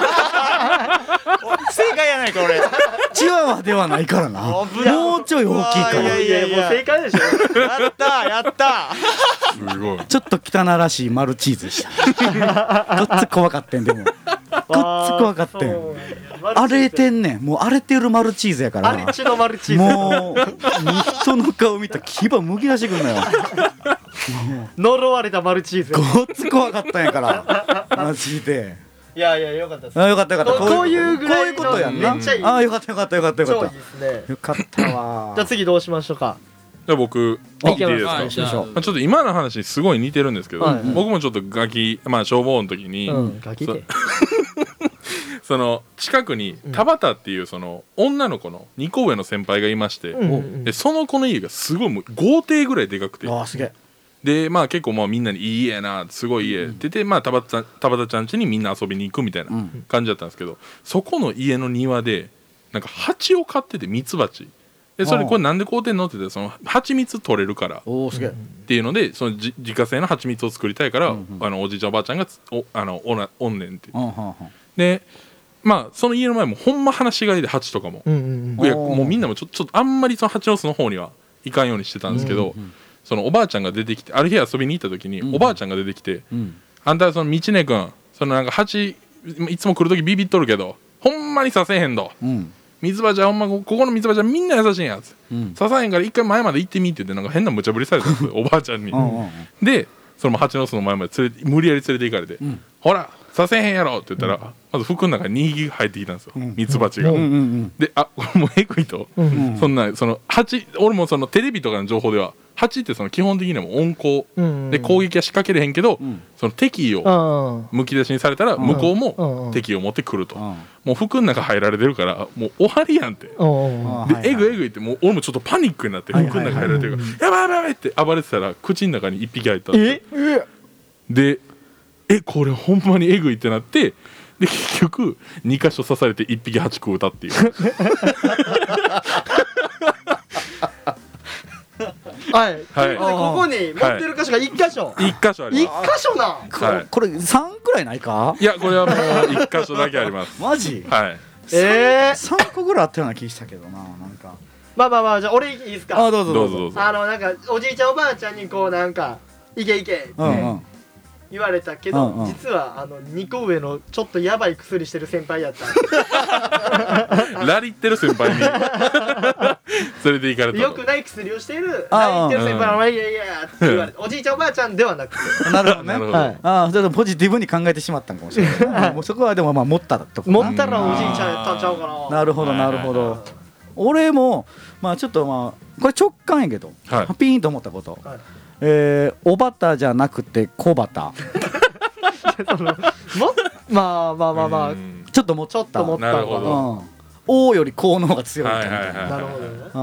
解やないか俺チワワではないからなもうちょい大きいから。 いやいやいやもう正解でしょやったやったすごいちょっと汚らしいマルチーズでしたごっつ怖かったんでもごっつ怖かったん荒れてんねんもう荒れてるマルチーズやから荒れちのマルチーズもう人の顔見たら牙むき出してくんのよ呪われたマルチーズごっつ怖かったんやからマジで。 いやいやよかったです。 あよかったよかった。 こういうぐらいのこういうことやんな。めっちゃいい。あよかったよかったよかったよかった。 超いいですね。 よかったわ。 じゃあ次どうしましょうか。 じゃあ僕いいですか。 はい、 ちょっと今の話にすごい似てるんですけど、はいはい、僕もちょっとガキまあ消防の時に、うん、ガキでその近くに田畑っていうその女の子のにこ上の先輩がいまして、うんうん、でその子の家がすごいもう豪邸ぐらいでかくて、 あすげえ。 でまあ結構まあみんなにいい家やなすごい家って言って、まあ田畑田畑ちゃん家にみんな遊びに行くみたいな感じだったんですけど、そこの家の庭でなんか蜂を飼っててミツバチでそれこれなんで買うてんのって言ってその蜂蜜取れるからっていうのでその自家製の蜂蜜を作りたいから、うんうん、あのおじいちゃんおばあちゃんがおあのおなおんねんって、うんうん、でまあその家の前もほんま放し飼いで蜂とかも、うんうんうん、いやもうみんなもちょちょっとあんまりその蜂の巣の方には行かんようにしてたんですけど、うんうん、そのおばあちゃんが出てきてある日遊びに行った時に、うん、おばあちゃんが出てきて、うん、あんたその道根くんそのなんか蜂いつも来る時ビビっとるけどほんまに刺せへんと、うん、水場じゃほんまここの水場じゃみんな優しいんやつ、うん、刺さへんから一回前まで行ってみって言ってなんか変な無茶ぶりされたんですよおばあちゃんにでその蜂の巣の前まで連れ無理やり連れて行かれて、うん、ほら刺せへんやろって言ったら、うん、まず服の中ににひき入ってきたんですよ、ミツバチが、うんうんうん、であこれもうエグいと、うんうん、そんなその蜂俺もそのテレビとかの情報では蜂ってその基本的にはもう温厚、うんうん、で攻撃は仕掛けれへんけど、うん、その敵意をむき出しにされたら向こうも敵意を持ってくると、うんうん、もう服の中入られてるからもう終わりやんって、うん、でエグエグいってもう俺もちょっとパニックになって服の中入られてるから、はいはいはい、やばいやばいやばいって暴れてたら口の中に一匹入ったんですよ。でえこれほんまにエグいってなってで結局にかしょ刺されていっぴき蜂食うたっていうはい、はい、ここに持ってる箇所がいっ箇所、 いっ箇所あります。 いっ箇所な、 はい、これさんくらいないか。 いやこれはもういっ箇所だけありますマジ。 はい。 えー、さんこぐらいあったような気したけどな。なんかまあまあまあ、じゃあ俺いいですか。 あ、どうぞどうぞどうぞ。 あのなんかおじいちゃんおばあちゃんにこうなんかいけいけって言われたけど、うんうん、実はあのにこ上のちょっとやばい薬してる先輩やったラリってる先輩に連れて行かれた。 よくない薬をしているラリってる先輩の前にいやいやって言われて、おじいちゃんおばあちゃんではなくてなるほどね、はい、ああ、ちょっとポジティブに考えてしまったんかもしれないもうそこはでもまあ持ったとこ持ったらおじいちゃんやったんちゃうかな。 なるほどなるほど。俺もまあちょっとまあこれ直感やけど、はい、ピーンと思ったこと、はい、えー、おばたじゃなくて小バタまあまあまあまあちょっと持った。 ちょっと持ったなるほど、 うん、O よりこの方が強いみたいな。 なるほどね、うん、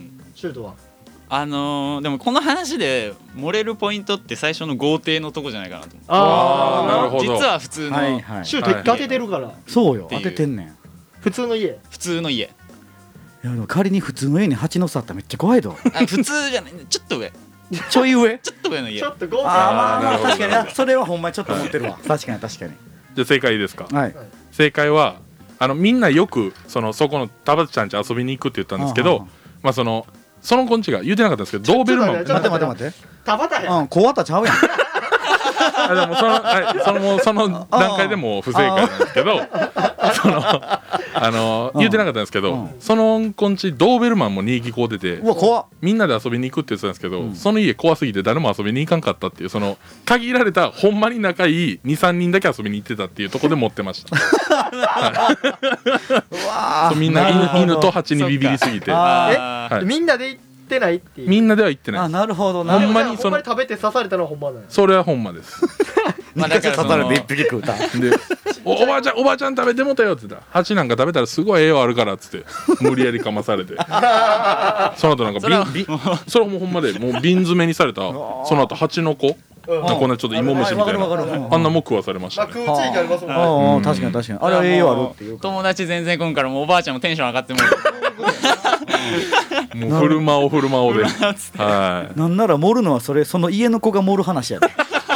シュートはあのー、でもこの話で漏れるポイントって最初の豪邸のとこじゃないかなと思って。 ああ、なるほど。 実は普通の、はいはい、シュート一回当ててるから。 そうよ、当ててんねん。 普通の家。 普通の家。 いやでも仮に普通の家に蜂の巣あったらめっちゃ怖いぞ。 あ、普通じゃない、ちょっと上。 ちょい上。 ちょっと上の家。 ちょっと豪邸。 ああまあまあ確かにな。それはほんまにちょっと思ってるわ。確かに確かに。 じゃあ正解いいですか。 はい。 正解はあのみんなよくそのそこの田畑ちゃんち遊びに行くって言ったんですけど、まあそのその子んちが言うてなかったんですけど、ドーベルマン。 待って待って待って。 田畑や。 うん、小畑ちゃうやん。 あでもその、はい、そのその段階でも不正解なんですけど、そのあの言ってなかったんですけど、その子んちドーベルマンもにひきこう出て、 うわ怖っ、 みんなで遊びに行くって言ってたんですけど、うん、その家怖すぎて誰も遊びに行かんかったっていう、その限られたほんまに仲いい にさんにんだけ遊びに行ってたっていうところで持ってました。うわみんな 犬, 犬と蜂にビビりすぎて、 はい、みんなで行ってないっていう。 みんなでは行ってない。 あ、なるほどな。 ほんまにその食べて刺されたのはほんまなんや。 それはほんまです。 まあだから刺されて一匹食うた。 でお, おばあちゃんおばあちゃん食べてもたよって言ったら、蜂なんか食べたらすごい栄養あるからっつって無理やりかまされてその後なんか瓶瓶それもほんまでもう瓶詰めにされた。その後蜂の子、うん、こんなちょっと芋虫みたいな、あんなも食わされましたね。 まあ、食う地域ありますもんね。 確かに確かにあれは栄養あるっていうか。 友達全然来んからもうおばあちゃんもテンション上がってももう振る舞おう振る舞おうで、はい、 なんなら盛るのはそれその家の子が盛る話やで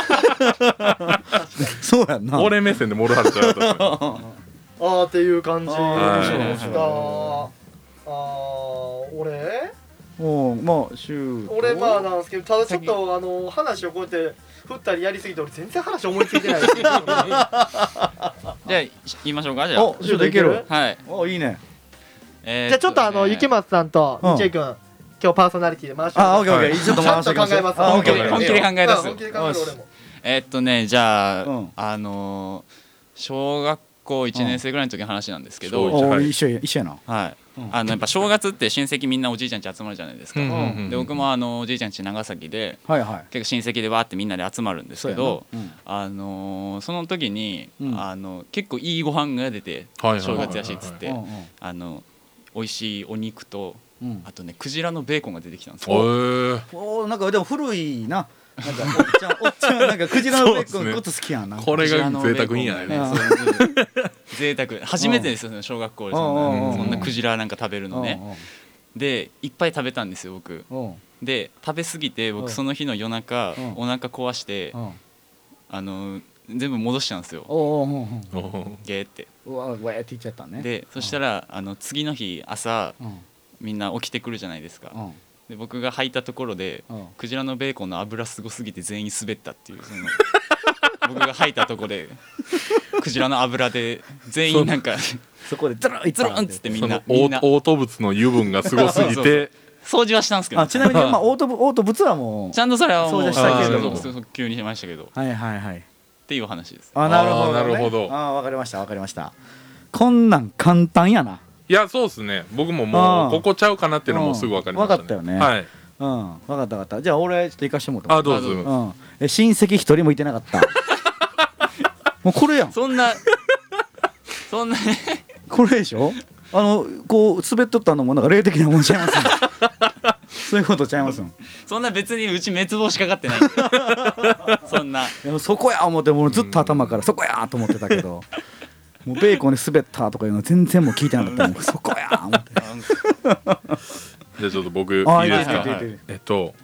そうやんな。 俺目線で盛る話やった。 あーっていう感じでした。ああ俺おまあ週俺まあなんですけど、ただちょっとあの話をこうやって振ったりやりすぎて俺全然話思いついてないですじゃあ言いましょうか。じゃあお週でいける。 はい。 おいいね。 えー、じゃあちょっとあの雪松さんとみちえくん、今日パーソナリティで回してください。 あ、オッケーオッケー。ちょっと回して考えます。 本気で本気で考え出す。 本気で考える俺も。 えー、っとねじゃあ、うん、あのー、小学校いちねん生ぐらいの時の話なんですけど、 うん、一緒一緒やな。 はい。うん、あのやっぱ正月って親戚みんなおじいちゃん家集まるじゃないですか。うんうんうん、で僕もあのおじいちゃん家長崎で、はいはい、結構親戚でわーってみんなで集まるんですけど、うん、あのー、その時に、うん、あの結構いいご飯が出て、正月やしっつってあの美味しいお肉と、うん、あとねクジラのベーコンが出てきたんですよ。 おお、なんかでも古いな。なんかおっちゃんおっちゃんなんかクジラのベーコンこと好きやな。 これが贅沢品やね。 贅沢初めてですよね小学校でそんなそんなクジラなんか食べるのね。でいっぱい食べたんですよ僕。で食べ過ぎて僕その日の夜中お腹壊してあの全部戻したんですよ。ゲーって。 うわわーって言っちゃったね。 でそしたらあの次の日朝みんな起きてくるじゃないですか。で僕が履いたところで、うん、クジラのベーコンの油すごすぎて全員滑ったっていうその僕が履いたところでクジラの油で全員なんかそこでズルンズルンっつってみんなみんな嘔吐物の油分がすごすぎて掃除はしたんですけど、 あちなみにまあ嘔吐嘔吐物はもうちゃんとそれはもう掃除したけど急にしましたけど、 はいはいはいっていう話です。 あなるほど、ね、 なるほど。 あわかりましたわかりました。こんなん簡単やな。 いやそうですね。僕ももうここちゃうかなっていうのもすぐ分かりましたね。 分かったよね。 はい。 うん、分かった分かった。じゃあ俺ちょっと行かしてもらってもいい？あどうぞ。 うん、え親戚一人もいてなかった。もうこれやん。 そんなそんなこれでしょ。あのこう滑っとったのもなんか霊的なもんちゃいます。そういうことちゃいます。 そんな別にうち滅亡しかかってない。そんな。 そこや思ってもうずっと頭からそこやと思ってたけど。もうベーコンで滑ったとかいうの全然もう聞いてなかったもうそこや思って。 じゃあちょっと僕いいですか。えっと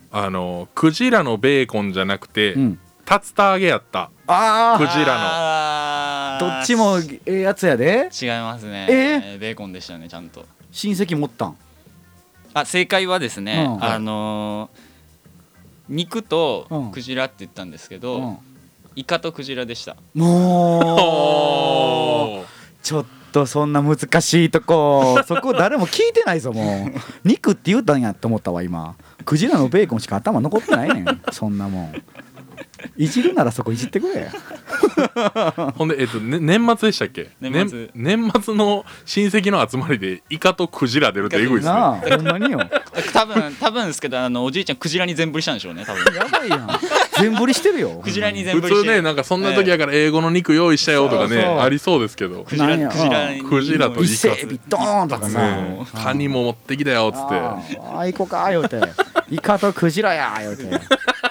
あのクジラのベーコンじゃなくて、うん、竜田揚げやった。あクジラのどっちもええやつやで。 違いますね、えー、ベーコンでしたね。ちゃんと親戚持ったん。 あ正解はですね、うん、あのー、肉とクジラって言ったんですけど、うん、イカとクジラでした。 もうちょっとそんな難しいとこそこ誰も聞いてないぞ。もう肉って言うたんやって思ったわ今。クジラのベーコンしか頭残ってないねんそんなもん。いじるならそこいじってくれほんで、えっとね、年末でしたっけ。年末、年末の親戚の集まりでイカとクジラ出るってエグいっすね。 ほんまによ多分多分ですけど、あのおじいちゃんクジラに全振りしたんでしょうね多分。 やばいやん全振りしてるよクジラに全振りして。 普通ねなんかそんな時やから英語の肉用意したよとかね、そうそうありそうですけど、 クジラクジラクジラとイカ、伊勢エビドーンとかさ、 カニも持ってきたよっつって、 ああ行こうか言うてイカとクジラや言うて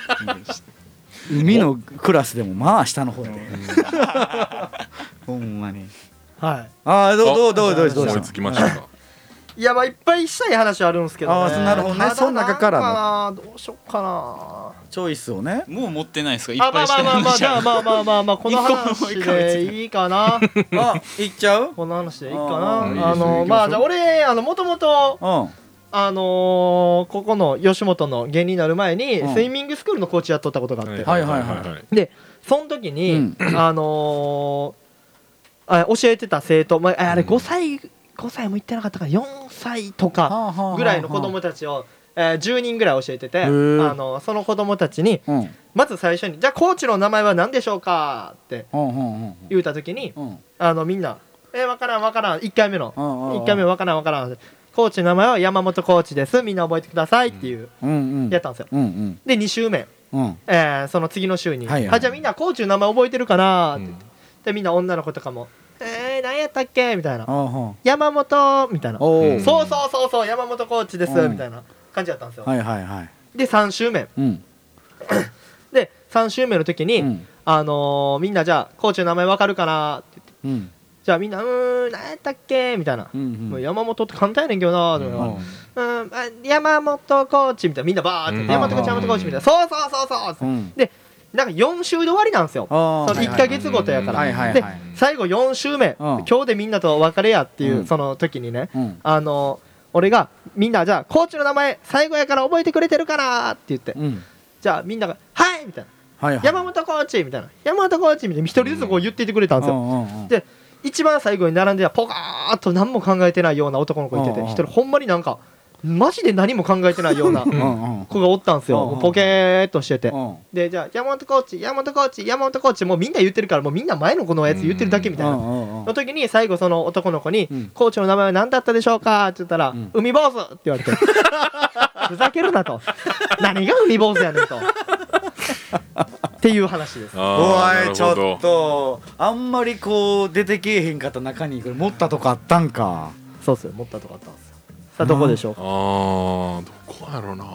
海のクラスでもまあ下の方でほんまに。 はい。 ああどうどうどうどうどう思いつきましたか。 いやまあいっぱいしたい話あるんですけどね。 ああなるほどね。その中からのどうしよっかな。 チョイスをね。 もう持ってないですか。いっぱいしたい話。あまあまあまあじゃあまあまあまあまあこの話でいいかな。 あいっちゃう。 この話でいいかな。あのまあじゃあ俺あのもともとあのー、ここの吉本の芸人になる前に、うん、スイミングスクールのコーチやっとったことがあって、 はいはいはい、 でその時に、うん、あのー、あ教えてた生徒、まあ、あれごさいごさいも行ってなかったからよんさいとかぐらいの子供たちを、えー、じゅうにんぐらい教えてて、あのその子供たちに、うん、まず最初にじゃあコーチの名前は何でしょうかって言うた時に、うん、あのみんなえー、分からん分からんいっかいめのいっかいめ分からん分からんコーチの名前は山本コーチですみんな覚えてくださいっていうやったんですよ、うんうん、でに週目、うんえー、その次の週に、はいはい、あじゃあみんなコーチの名前覚えてるかなって言って、うん、でみんな女の子とかもえー、何やったっけみたいな山本みたいなそうそうそうそう山本コーチですみたいな感じだったんですよ、 はいはいはい、 でさん週目、うん、でさん週目の時に、うんあのー、みんなじゃあコーチの名前わかるかなって言って、うんじゃあみんなうーん何やったっけみたいな、うんうん、もう山本って簡単やねんけどなとか、うんうん、山本コーチみたいなみんなバーって、うん、山本コーチ山本コーチみたいなそうそうそうそう、うん、でなんかよん週で終わりなんですよ、そのいっかげつごとやから、はいはいはい、で最後よん週目、うん、今日でみんなとお別れやっていう、うん、その時にね、うん、あの俺がみんなじゃあコーチの名前最後やから覚えてくれてるかなって言って、うん、じゃあみんながはいみたいな、はいはい、山本コーチみたいな山本コーチみたいな一人ずつこう言っていてくれたんですよ、うんうんうん、で一番最後に並んではポカーっと何も考えてないような男の子いてて一人ほんまになんかマジで何も考えてないような子がおったんですよポケーっとしててでじゃあ山本コーチ山本コーチ山本コーチもうみんな言ってるからもうみんな前の子のやつ言ってるだけみたいなの時に最後その男の子にコーチの名前は何だったでしょうかって言ったら海坊主って言われてふざけるなと何が海坊主やねんとっていう話です。 おいちょっとあんまりこう出てけえへんかった中に持ったとこあったんか。 そうっすよ持ったとこあったんですよ。さあどこでしょうか。 あーどこやろうな。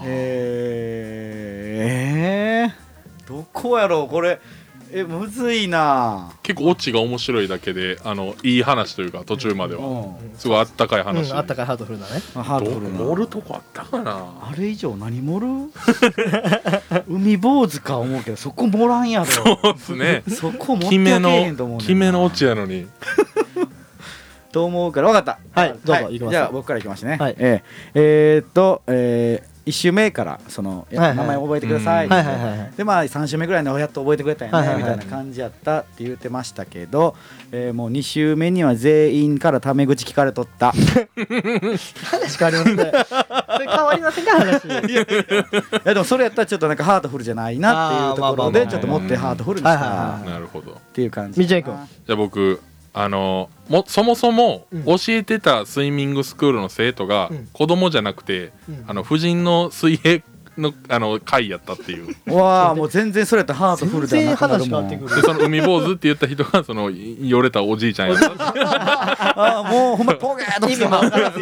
えー、えー、どこやろうこれえむずいな。 結構オチが面白いだけであのいい話というか途中までは、うん、すごいあったかい話、 うん、あったかいハートフルだね。 ハートフルな盛るとこあったかな。 あれ以上何盛る海坊主か思うけどそこ盛らんやろ。 そうですねそこ持ってやけへんと思うねんな。 決めのオチやのにと思うから分かった。 はいどうぞ、はい、行きます。 じゃあ僕から行きましたね、はい、えー、えー、っとえーいっ週目からその、はいはい、名前覚えてくださいって、はいはいはい、でまあさん週目ぐらいのやっと覚えてくれたんやね、はいはいはい、みたいな感じやったって言ってましたけど、えー、もうに週目には全員からタメ口聞かれとった話変わりますねそれ変わりませんか話。いやいやでもそれやったらちょっとなんかハートフルじゃないなっていうところでちょっと持ってハートフルにしたなるほどっていう感じ。 みちゃん君じゃあ僕あのもそもそも教えてたスイミングスクールの生徒が子供じゃなくて、うん、あの婦人の水泳のあの会やったっていう。 わあもう全然それやったらハートフルじゃなくなるもん。 でその海坊主って言った人がそのよれたおじいちゃんやったあもうほんまポゲーとして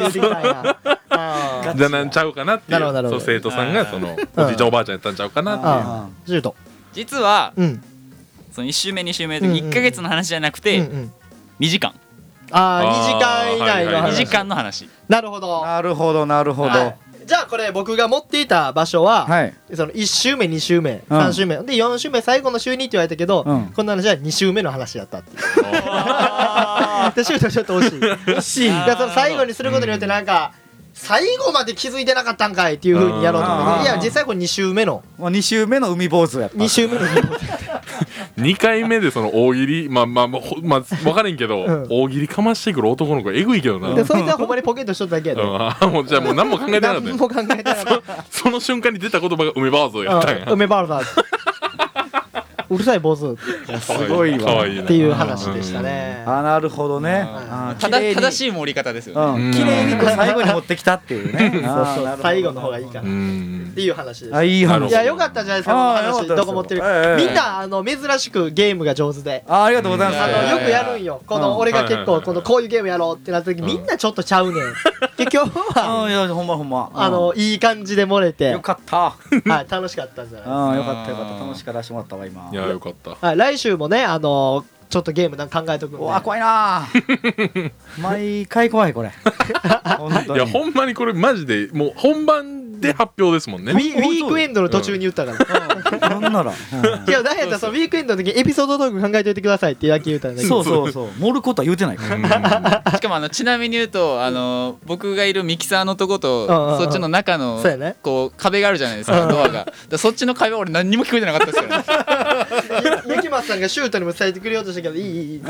じゃなんちゃうかなっていう。そう生徒さんがそのおじいちゃんおばあちゃんやったんちゃうかなっていう。 実は、うん、そのいち週目に週目でいっかげつの話じゃなくて、うんうんにじかん。 ああにじかん以内の話。 にじかんの話。 なるほどなるほどなるほど、はい、 じゃあこれ僕が持っていた場所は、 はい、 そのいち週目に週目さん週目、うん、でよん週目最後の週にって言われたけど、うん、こんな話はに週目の話だったっていうでシュートちょっと惜しい惜しいだその最後にすることによってなんか、うん最後まで気づいてなかったんかいっていう風にやろうと思って、いや実際これに週目のに週目の海坊主やったに週目の海坊主にかいめでその大喜利まあまあまあ分からんけど、うん、大喜利かましてくる男の子えぐいけどなでそいつはほんまにポケットしとっただけやで、うん、 あもうじゃあもう何も考えてなかった何も考えてなかったその瞬間に出た言葉が梅バーズやったんや、 うん、梅バーズうるさい坊主すごいわっていう話でしたね。 あなるほどね。 正しい盛り方ですよね。 綺麗に最後に持ってきたっていうね。 そうそう最後の方がいいからっていう話です。 あいい話。 いや良かったじゃないですかこの話どこ持ってる。みんなあの珍しくゲームが上手で。 あありがとうございます。 あのよくやるんよ。この俺が結構このこういうゲームやろうってなった時みんなちょっとちゃうねん。で今日はいやほんまほんまあのいい感じで漏れて。 よかった。 はい楽しかったんじゃないですか。 ああよかったよかった楽しくやらせてもらったわ今。 いやよかった。 はい来週もねあのちょっとゲームなんか考えとくんで。 うわ怖いな毎回怖いこれいやほんまにこれマジでもう本番で発表ですもんね。 ウィークエンドの途中に言ったからなんならいやだやったらそのウィークエンドの時エピソードトーク考えといてくださいってだけ言うたんだけどそうそうそう盛ることは言うてないからしかもあのちなみに言うとあの僕がいるミキサーのとことそっちの中のこう壁があるじゃないですかドアがそっちの壁は俺何にも聞こえてなかったですからね雪松さんがシュートにも伝えてくれようとしたけどいいいいいい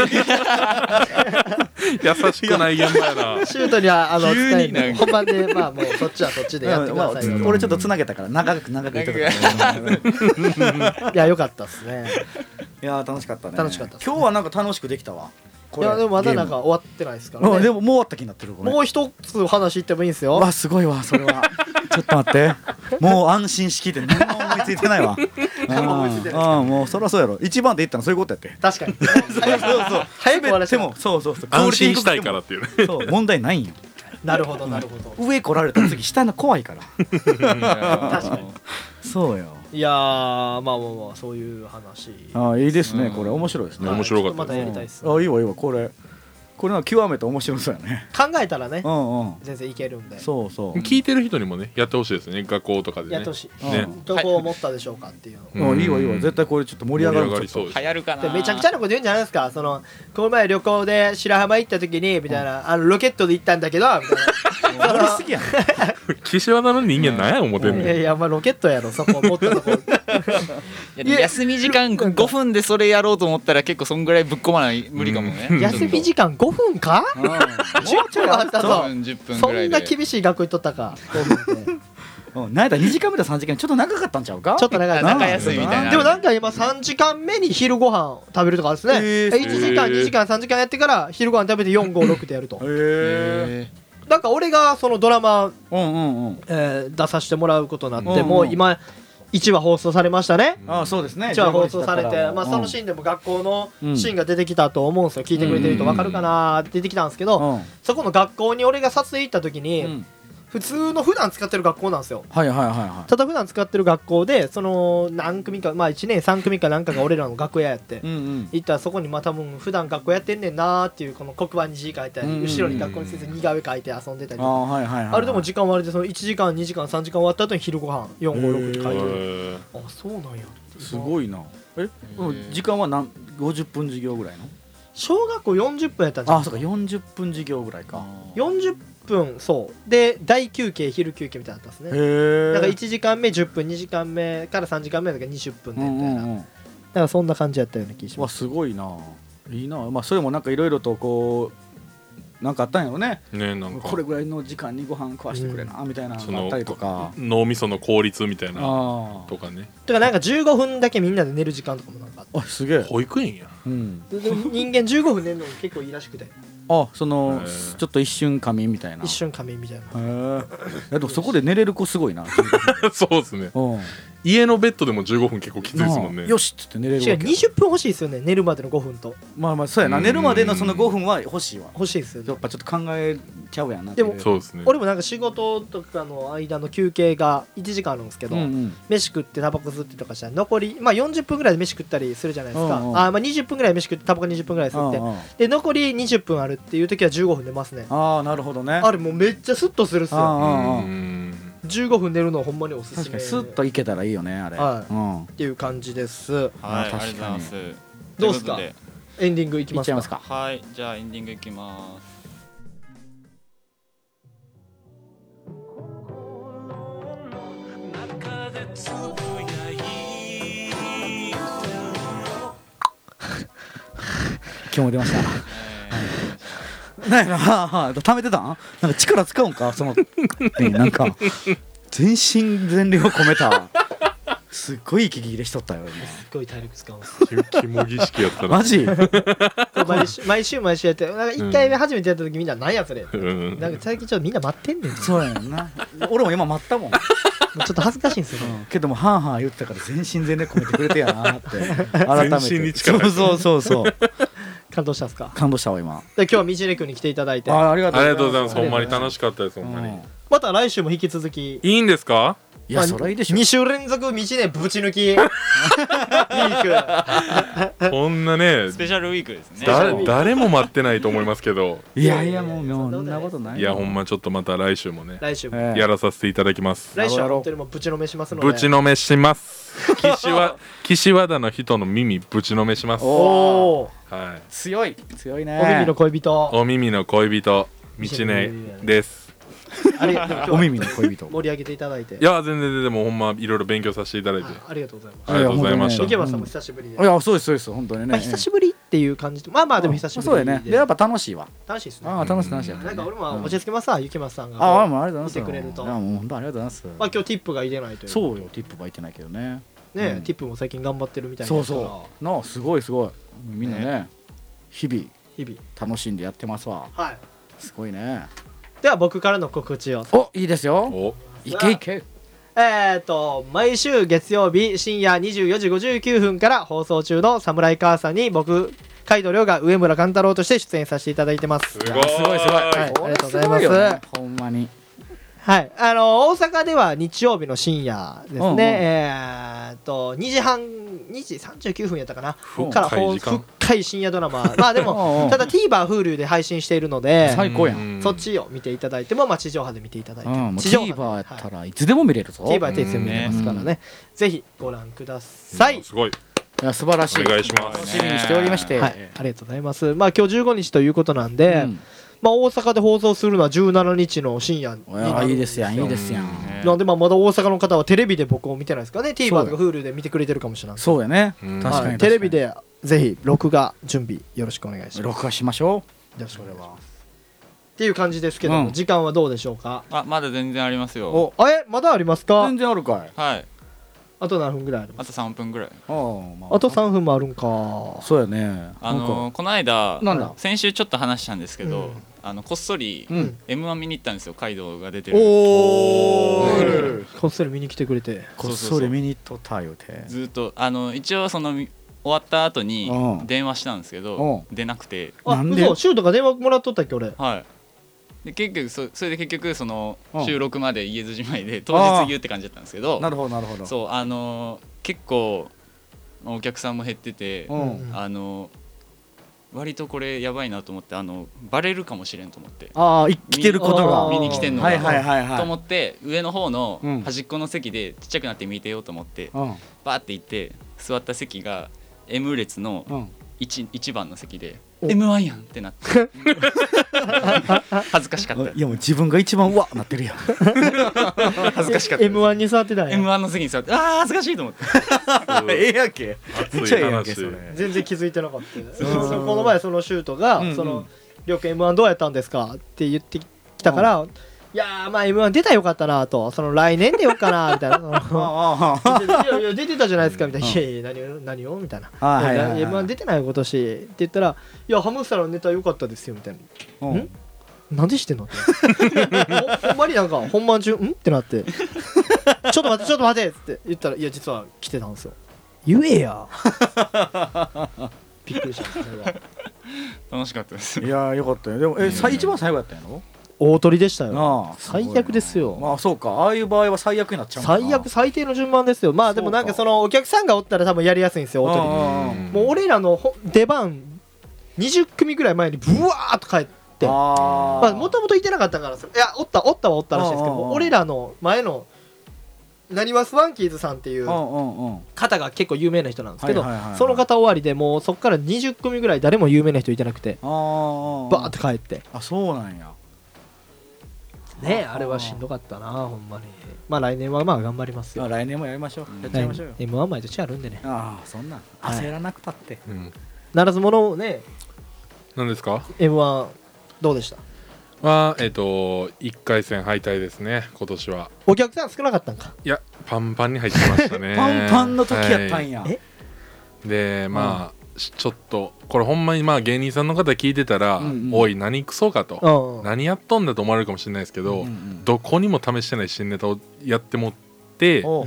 優しくない現場やなシュートにはあの伝える本番でまあもうそっちはそっちでやってくださいよ、 まあ、俺ちょっとつなげたから長く長く言ってたいやよかったっすねいや楽しかったね楽しかった、ね、 今日はなんか楽しくできたわいやでもまだなんか終わってないですからね、 うん、でももう終わった気になってるもう一つ話言ってもいいんですよわすごいわそれはちょっと待ってもう安心しきって何も思いついてないわ何も思いついてないああもうそりゃそうやろ一番で言ったのそういうことやって確かにそうそうそう早く終わらせてもそうそうそう安心したいからっていうねそう問題ないんよなるほどなるほど上来られたら次下の怖いから確かにそうよいやまあまあまあそういう話あいいですねこれ面白いですね面白かったまたやりたいですあいいわいいわこれこれは極めて面白そうやね考えたらね、 うんうん、 全然いけるんでそうそう聞いてる人にもねやってほしいですね学校とかでねやってほしい、 ね、 どこを思ったでしょうかっていうの、うん、いいわいいわ絶対これちょっと盛り上がる盛り上がりそうです流行るかなでめちゃくちゃなこと言うんじゃないですかそのこの前旅行で白浜行った時にみたいな、うん、あのロケットで行ったんだけどみたいな盛りすぎやん岸和田の人間何や思ってんねんいやいやまあロケットやろそこ持ったとこいや休み時間ごふんでそれやろうと思ったら結構そんぐらいぶっ込まない無理かもね、 うん、休み時間ごふんかじゅっぷんあったぞじゅっぷんぐらいでそんな厳しい学校行っとったかごふんってなんやったらにじかんめとさんじかんちょっと長かったんちゃうかちょっと長い長休みみたいなでもなんか今さんじかんめに昼ご飯食べるとかですね、えー、いちじかんにじかんさんじかんやってから昼ご飯食べてよんごろくでやるとへえなんか俺がそのドラマ、 うんうんうんえー、出させてもらうことになって、うんうん、もう今いちわ放送されましたね。 ああそうですね。 いちわ放送されて、まあそのシーンでも学校のシーンが出てきたと思うんですよ。聞いてくれてる人分かるかな出てきたんですけど、うん、そこの学校に俺が撮影行った時に、うん、普通の普段使ってる学校なんですよ。 はいはいはいはい。 ただ普段使ってる学校でその何組かまあいちねんさん組かなんかが俺らの学校やって、うんうん、行ったらそこにまあ多分普段学校やってんねんなーっていうこの黒板に字書いたり、うんうんうん、後ろに学校の先生似顔絵書いて遊んでたり、あ、はいはいはいはい、あれでも時間割れてそのいちじかんにじかんさんじかん終わった後に昼ご飯よんごろくって書いてる。あそうなんや。 すごいな。え時間は何ごじゅっぷん授業ぐらいの？ 小学校よんじゅっぷんやったんじゃん。 あそうかよんじゅっぷん授業ぐらいか。 よんじゅっぷんそうで大休憩昼休憩みたいなのあったんですね。へー。だからいちじかんめじゅっぷんにじかんめからさんじかんめだからにじゅっぷんでみたいな、うんうんうん、だからそんな感じやったような気がします。 わすごいないいな。まあそれもなんかいろいろとこうなんかあったんやろね。ねなんかこれぐらいの時間にご飯食わしてくれな、うん、みたいなのがあったりとか脳みその効率みたいなとかね。 だからなんかじゅうごふんだけみんなで寝る時間とかもなんかあって。 あすげえ。 保育園や。 うん。人間じゅうごふん寝るの結構いいらしくて。 あそのちょっと一瞬仮眠みたいな。 一瞬仮眠みたいな。 へえ。でもそこで寝れる子すごいな。 そうですね。うん。家のベッドでもじゅうごふん結構きついですもんね。 よしっつって寝れるわけ。 違うにじゅっぷん欲しいですよね寝るまでのごふんと。 まあまあそうやな寝るまでのそのごふんは欲しいわ。 欲しいですよね。 やっぱちょっと考えちゃうやんな。 でもそうですね。 俺もなんか仕事とかの間の休憩がいちじかんあるんですけど、うんうん、飯食ってタバコ吸ってとかしたら残りまあよんじゅっぷんぐらいで飯食ったりするじゃないですか。うんうん、あまあにじゅっぷんぐらい飯食ってタバコにじゅっぷんぐらい吸って、うんうん、で残りにじゅっぷんあるっていう時はじゅうごふん寝ますね。 ああなるほどね。 あれもうめっちゃスッとするっすよ。 うんうんうんじゅうごふん寝るのほんまにおすすめ。 確かにスッといけたらいいよねあれ、 はい、 うん、 っていう感じです。 はい、ありがとうございます。 どうですか、エンディングいきますか。 はい、じゃあエンディングいきます。 今日も出ました。なんやな、貯めてたん？なんか力使うんかその、ね、なんか全身全霊を込めたすっごい息切れしとったよ。 すっごい体力使うんです。 肝儀式やったな。 マジ？ 毎週毎週毎週やって、なんか一回目初めてやった時みんな何やそれ。うん、なんか最近ちょっとみんな待ってんねん。 そうやんな。俺も今待ったもん。 ちょっと恥ずかしいんですよ、ね、 うん、けどもハンハン言ってたから全身全霊込めてくれてやなって改めて全身に力そうそうそうそう感動したんですか？ 感動したわ今。 で今日は道根君に来ていただいてあ, ありがとうございます。ほんまに楽しかったです。ほんまに、うん、 また来週も引き続きいいんですか？ いや、まあ、それいいでしょ。 に週連続道根ぶち抜きウィークこんなねスペシャルウィークですね。 だ誰も待ってないと思いますけどいやいやもうそんなことない。 いやほんまちょっとまた来週もね来週もやらさせていただきます。 来週は本当にもうぶちのめしますので。 ぶちのめします岸和岸和田の人の耳ぶちのめします。 おー、 はい、強い強いね。 お耳の恋人お耳の恋人道根です。 ありがとう。 お耳の恋人盛り上げていただいて。 いや全然でもほんまいろいろ勉強させていただいてあ, ありがとうございます。 ありがとうございました。 池松さんも久しぶりで。 いやそうですそうです本当にね、 まあ、久しぶりっていう感じでまあまあでも久しぶりで、 そうやね。でやっぱ楽しいわ。 楽しいですね。 ああ楽しい楽しい。 なんか俺も落ち着けますわ池松さんが。 ああもうありがとうございます。 見てくれると。 いやもう本当ありがとうございます。 まあ今日ティップがいてないという。 そうよティップがいてないけどね。 ね、うん、ティップも最近頑張ってるみたいな。そうそうなあすごいすごいみんなね、ね日々 日々 楽しんでやってますわ。 はいすごいね。 では僕からの告知を。 おいいですよ。おいけいけ。 えっと毎週月曜日深夜にじゅうよじごじゅうきゅうふんから放送中のサムライ母さんに僕海斗亮が上村勘太郎として出演させていただいてます。 すごいすごいすごい、はい、 ありがとうございます。 ね、ほんまに。 はい、あの大阪では日曜日の深夜ですね、うんうん、えー、っとにじはんにじさんじゅうきゅうふんやったかなから深い深夜ドラマまあでもただ TVer、Hulu で配信しているので最高やん。 そっちを見ていただいても、まあ、地上波で見ていただいて、うん、 地上波やったらいつでも見れるぞ。 TVer やっていつでも見れますからね、ぜひご覧ください、うん、 すごい。 いや素晴らしい。 お願いします。 楽しみにしておりまして、 はい、ありがとうございます。まあ今日じゅうごにちということなんで、うんまあ、大阪で放送するのはじゅうしちにちの深夜になるんですよ。 いいですやんいいですやん。 なんでまあまだ大阪の方はテレビで僕を見てないですからね。 TVer とか Hulu で見てくれてるかもしれない。 そうやね、うん、確かに、はい、 テレビでぜひ録画準備よろしくお願いします。 録画しましょう。 よろしくお願いしますっていう感じですけども、うん、時間はどうでしょうか？ あまだ全然ありますよ。 おあえまだありますか？ 全然あるかい。 はいあと何分ぐらいあります？ あとさんぷんぐらい。 あ、まあ、あとさんぷんもあるんか。 そうやね。 あのー、この間なんだ先週ちょっと話したんですけど、うん、あのこっそり エムワン 見に行ったんですよ。カイドウが出てる。 おーこっそり見に来てくれて。 こっそり見に行っとったよて。 ずっとあの一応その終わった後に電話したんですけど出なくて。 あなんで？シュートが電話もらっとったっけ俺。 はい。で結局 そ, それで結局その収録まで言えずじまいで当日言うって感じだったんですけど。 なるほどなるほど。 そうあのー、結構お客さんも減ってて、うん、あのー、割とこれやばいなと思ってあのバレるかもしれんと思って。 ああ来てることが見に来てんのが、 はいはいはいはい、 と思って上の方の端っこの席でちっちゃくなって見てようと思って、うん、バーって行って座った席が M 列の 1, 1番の席で エムワン やんってなって恥ずかしかった。 いやもう自分が一番うわなってるやん恥ずかしかった。 エムワン に座ってたんや。 エムワン の席に座ってあー恥ずかしいと思ってええやんけめっちゃええやんけそれ。 全然気づいてなかったこの前そのシュートが、うんうん、そのりょうくん エムワン どうやったんですかって言ってきたから、うん、いやーまあ エムワン 出たらよかったなと、その来年でよっかなみたいないやいや出てたじゃないですかみたいな、いやいや何を何をみたいな、 エムワン 出てないよ今年って言ったら、いやハムスターのネタ良かったですよみたいな、んなんで知ってんのってほんまになんか本番中んってなってちょっと待ってちょっと待ってって言ったら、いや実は来てたんですよ。言えやびっくりした。 楽しかったです。 いやよかったよ。でもえ最一番最後やったんやろ。 大鳥でしたよ。最悪ですよ。 まあそうか、ああいう場合は最悪になっちゃう。 最悪最低の順番ですよ。まあでもなんかそのお客さんがおったら多分やりやすいんですよ。大鳥もう俺らの出番にじゅっくみぐらい前にブワーッと帰っってもともといてなかったからいやおったおったはおったらしいですけど俺らの前のなにわスワンキーズさんっていう方が結構有名な人なんですけどその方終わりでもうそこからにじゅっ組ぐらい誰も有名な人いてなくてバーって帰ってあそうなんやねあれはしんどかったなほんまにまあ来年はまあ頑張りますよ来年もやりましょうやっちゃいましょうよエムワン 毎年あるんでねああそんな焦らなくたってならず者ね何ですかエムワン どうでしたはえっといっかい戦敗退ですね今年はお客さん少なかったんかいやパンパンに入ってましたねパンパンの時やったんや、はい、 でまあ、うん、ちょっとこれほんまにまあ芸人さんの方聞いてたら、うんうん、おい何クソかと、うんうん、何やっとんだと思われるかもしれないですけど、うんうん、どこにも試してない新ネタをやってもって、うん、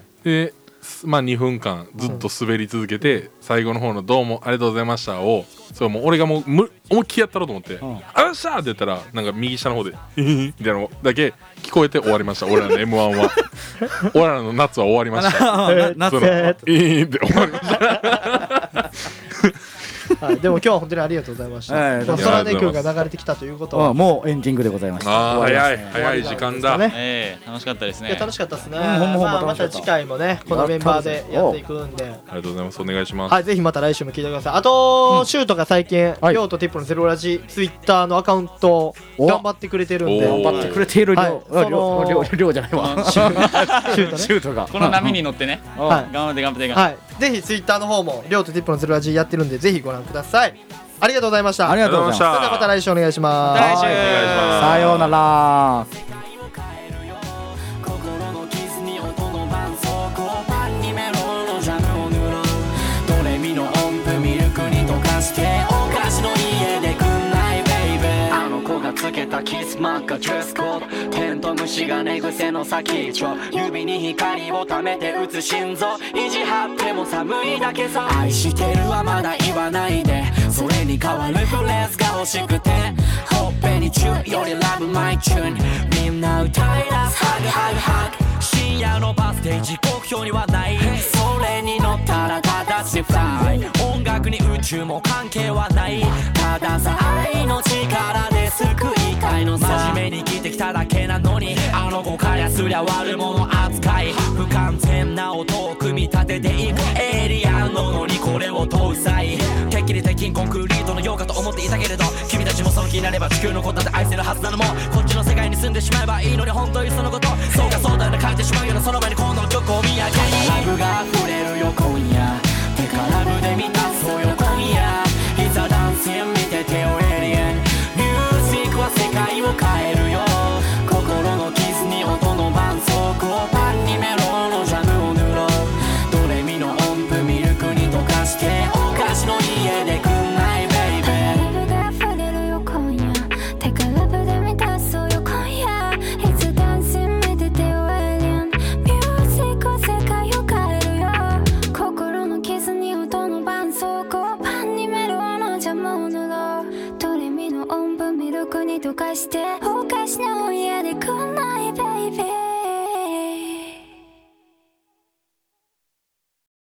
でまあにふんかんずっと滑り続けて、うん、最後の方のどうもありがとうございましたをそれもう俺がもうむ思いっきりやったろうと思って、うん、あらっしゃーって言ったらなんか右下の方でみたいなのだけ聞こえて終わりました俺らの エムワン は俺らの夏は終わりました夏えーって終わりましたはい、でも今日は本当にありがとうございました。空音くんが流れてきたということはもうエンディングでございました。 あ早い早い時間だ。 ね、えー、楽しかったですね。 楽しかったですね。うん、まあ、また次回もねこのメンバーでやっていくんで。ありがとうございます。お願いします。 はい、ぜひまた来週も聞いてください。あと、うん、シュートが最近、はい、りょうとティップのゼロラジツイッターのアカウント頑張ってくれてるんで。 頑張ってくれているりょう、りょう、りょうじゃないわ。シュートね。シュートがこの波に乗ってね。はい、頑張って頑張って。 はい、ぜひツイッターの方もりょうとティップのゼロラジやってるんでぜひご覧ください。ありがとうございました。 ありがとうございました。 それではまた来週お願いします。 来週お願いします。 さようなら。 心の傷に音の絆創膏パンにメロンのジャムを塗ろうドレミの音符ミルクに溶かしてお菓子の家でくんないベイベーあの子がつけたキスマークがドレスコードテント虫が寝癖の先っちょ指に光を溜めて打つ心臓意地張っても寒いだけさ愛してるはまだ言わないでそれに変わるフレーズが欲しくてほっぺにチューよりラブマイチューンみんな歌い出すハグハグハグ深夜のバス停時刻表にはないそれに乗ったら形でフライ音楽に宇宙も関係はないたださ愛の力で救いたいのさ真面目に生きてきただけなのにあの子からすりゃ悪者扱い不完全な音を組み立てていくエイリアンののにこれを搭載てっきり鉄筋コンクリートのようかと思っていたけれど君たちもその気になれば地球のことだって愛せるはずなのもこっちの世界に住んでしまえばいいのに本当にそのことそうかそうだよね書いてしまうようなその前に今度の曲を見上げラブが溢れるよ今夜手からラブで満たそうよ今夜いざダンス見ててよエイリアンミュージックは世界を変えるよ心の傷に音の絆創膏パンにメロンのジャムを塗ろうドレミの音符ミルクに溶かしてお菓子の家でくんないベイベーラブが溢れるよ今夜手からラブで満たそうよ今夜いつダンス見ててよエイリアンミュージックは世界を変えるよ心の傷に音の絆創膏パンにメロンのジャムを塗ろうドレミの音符ミルクに溶かしてお菓子の家でく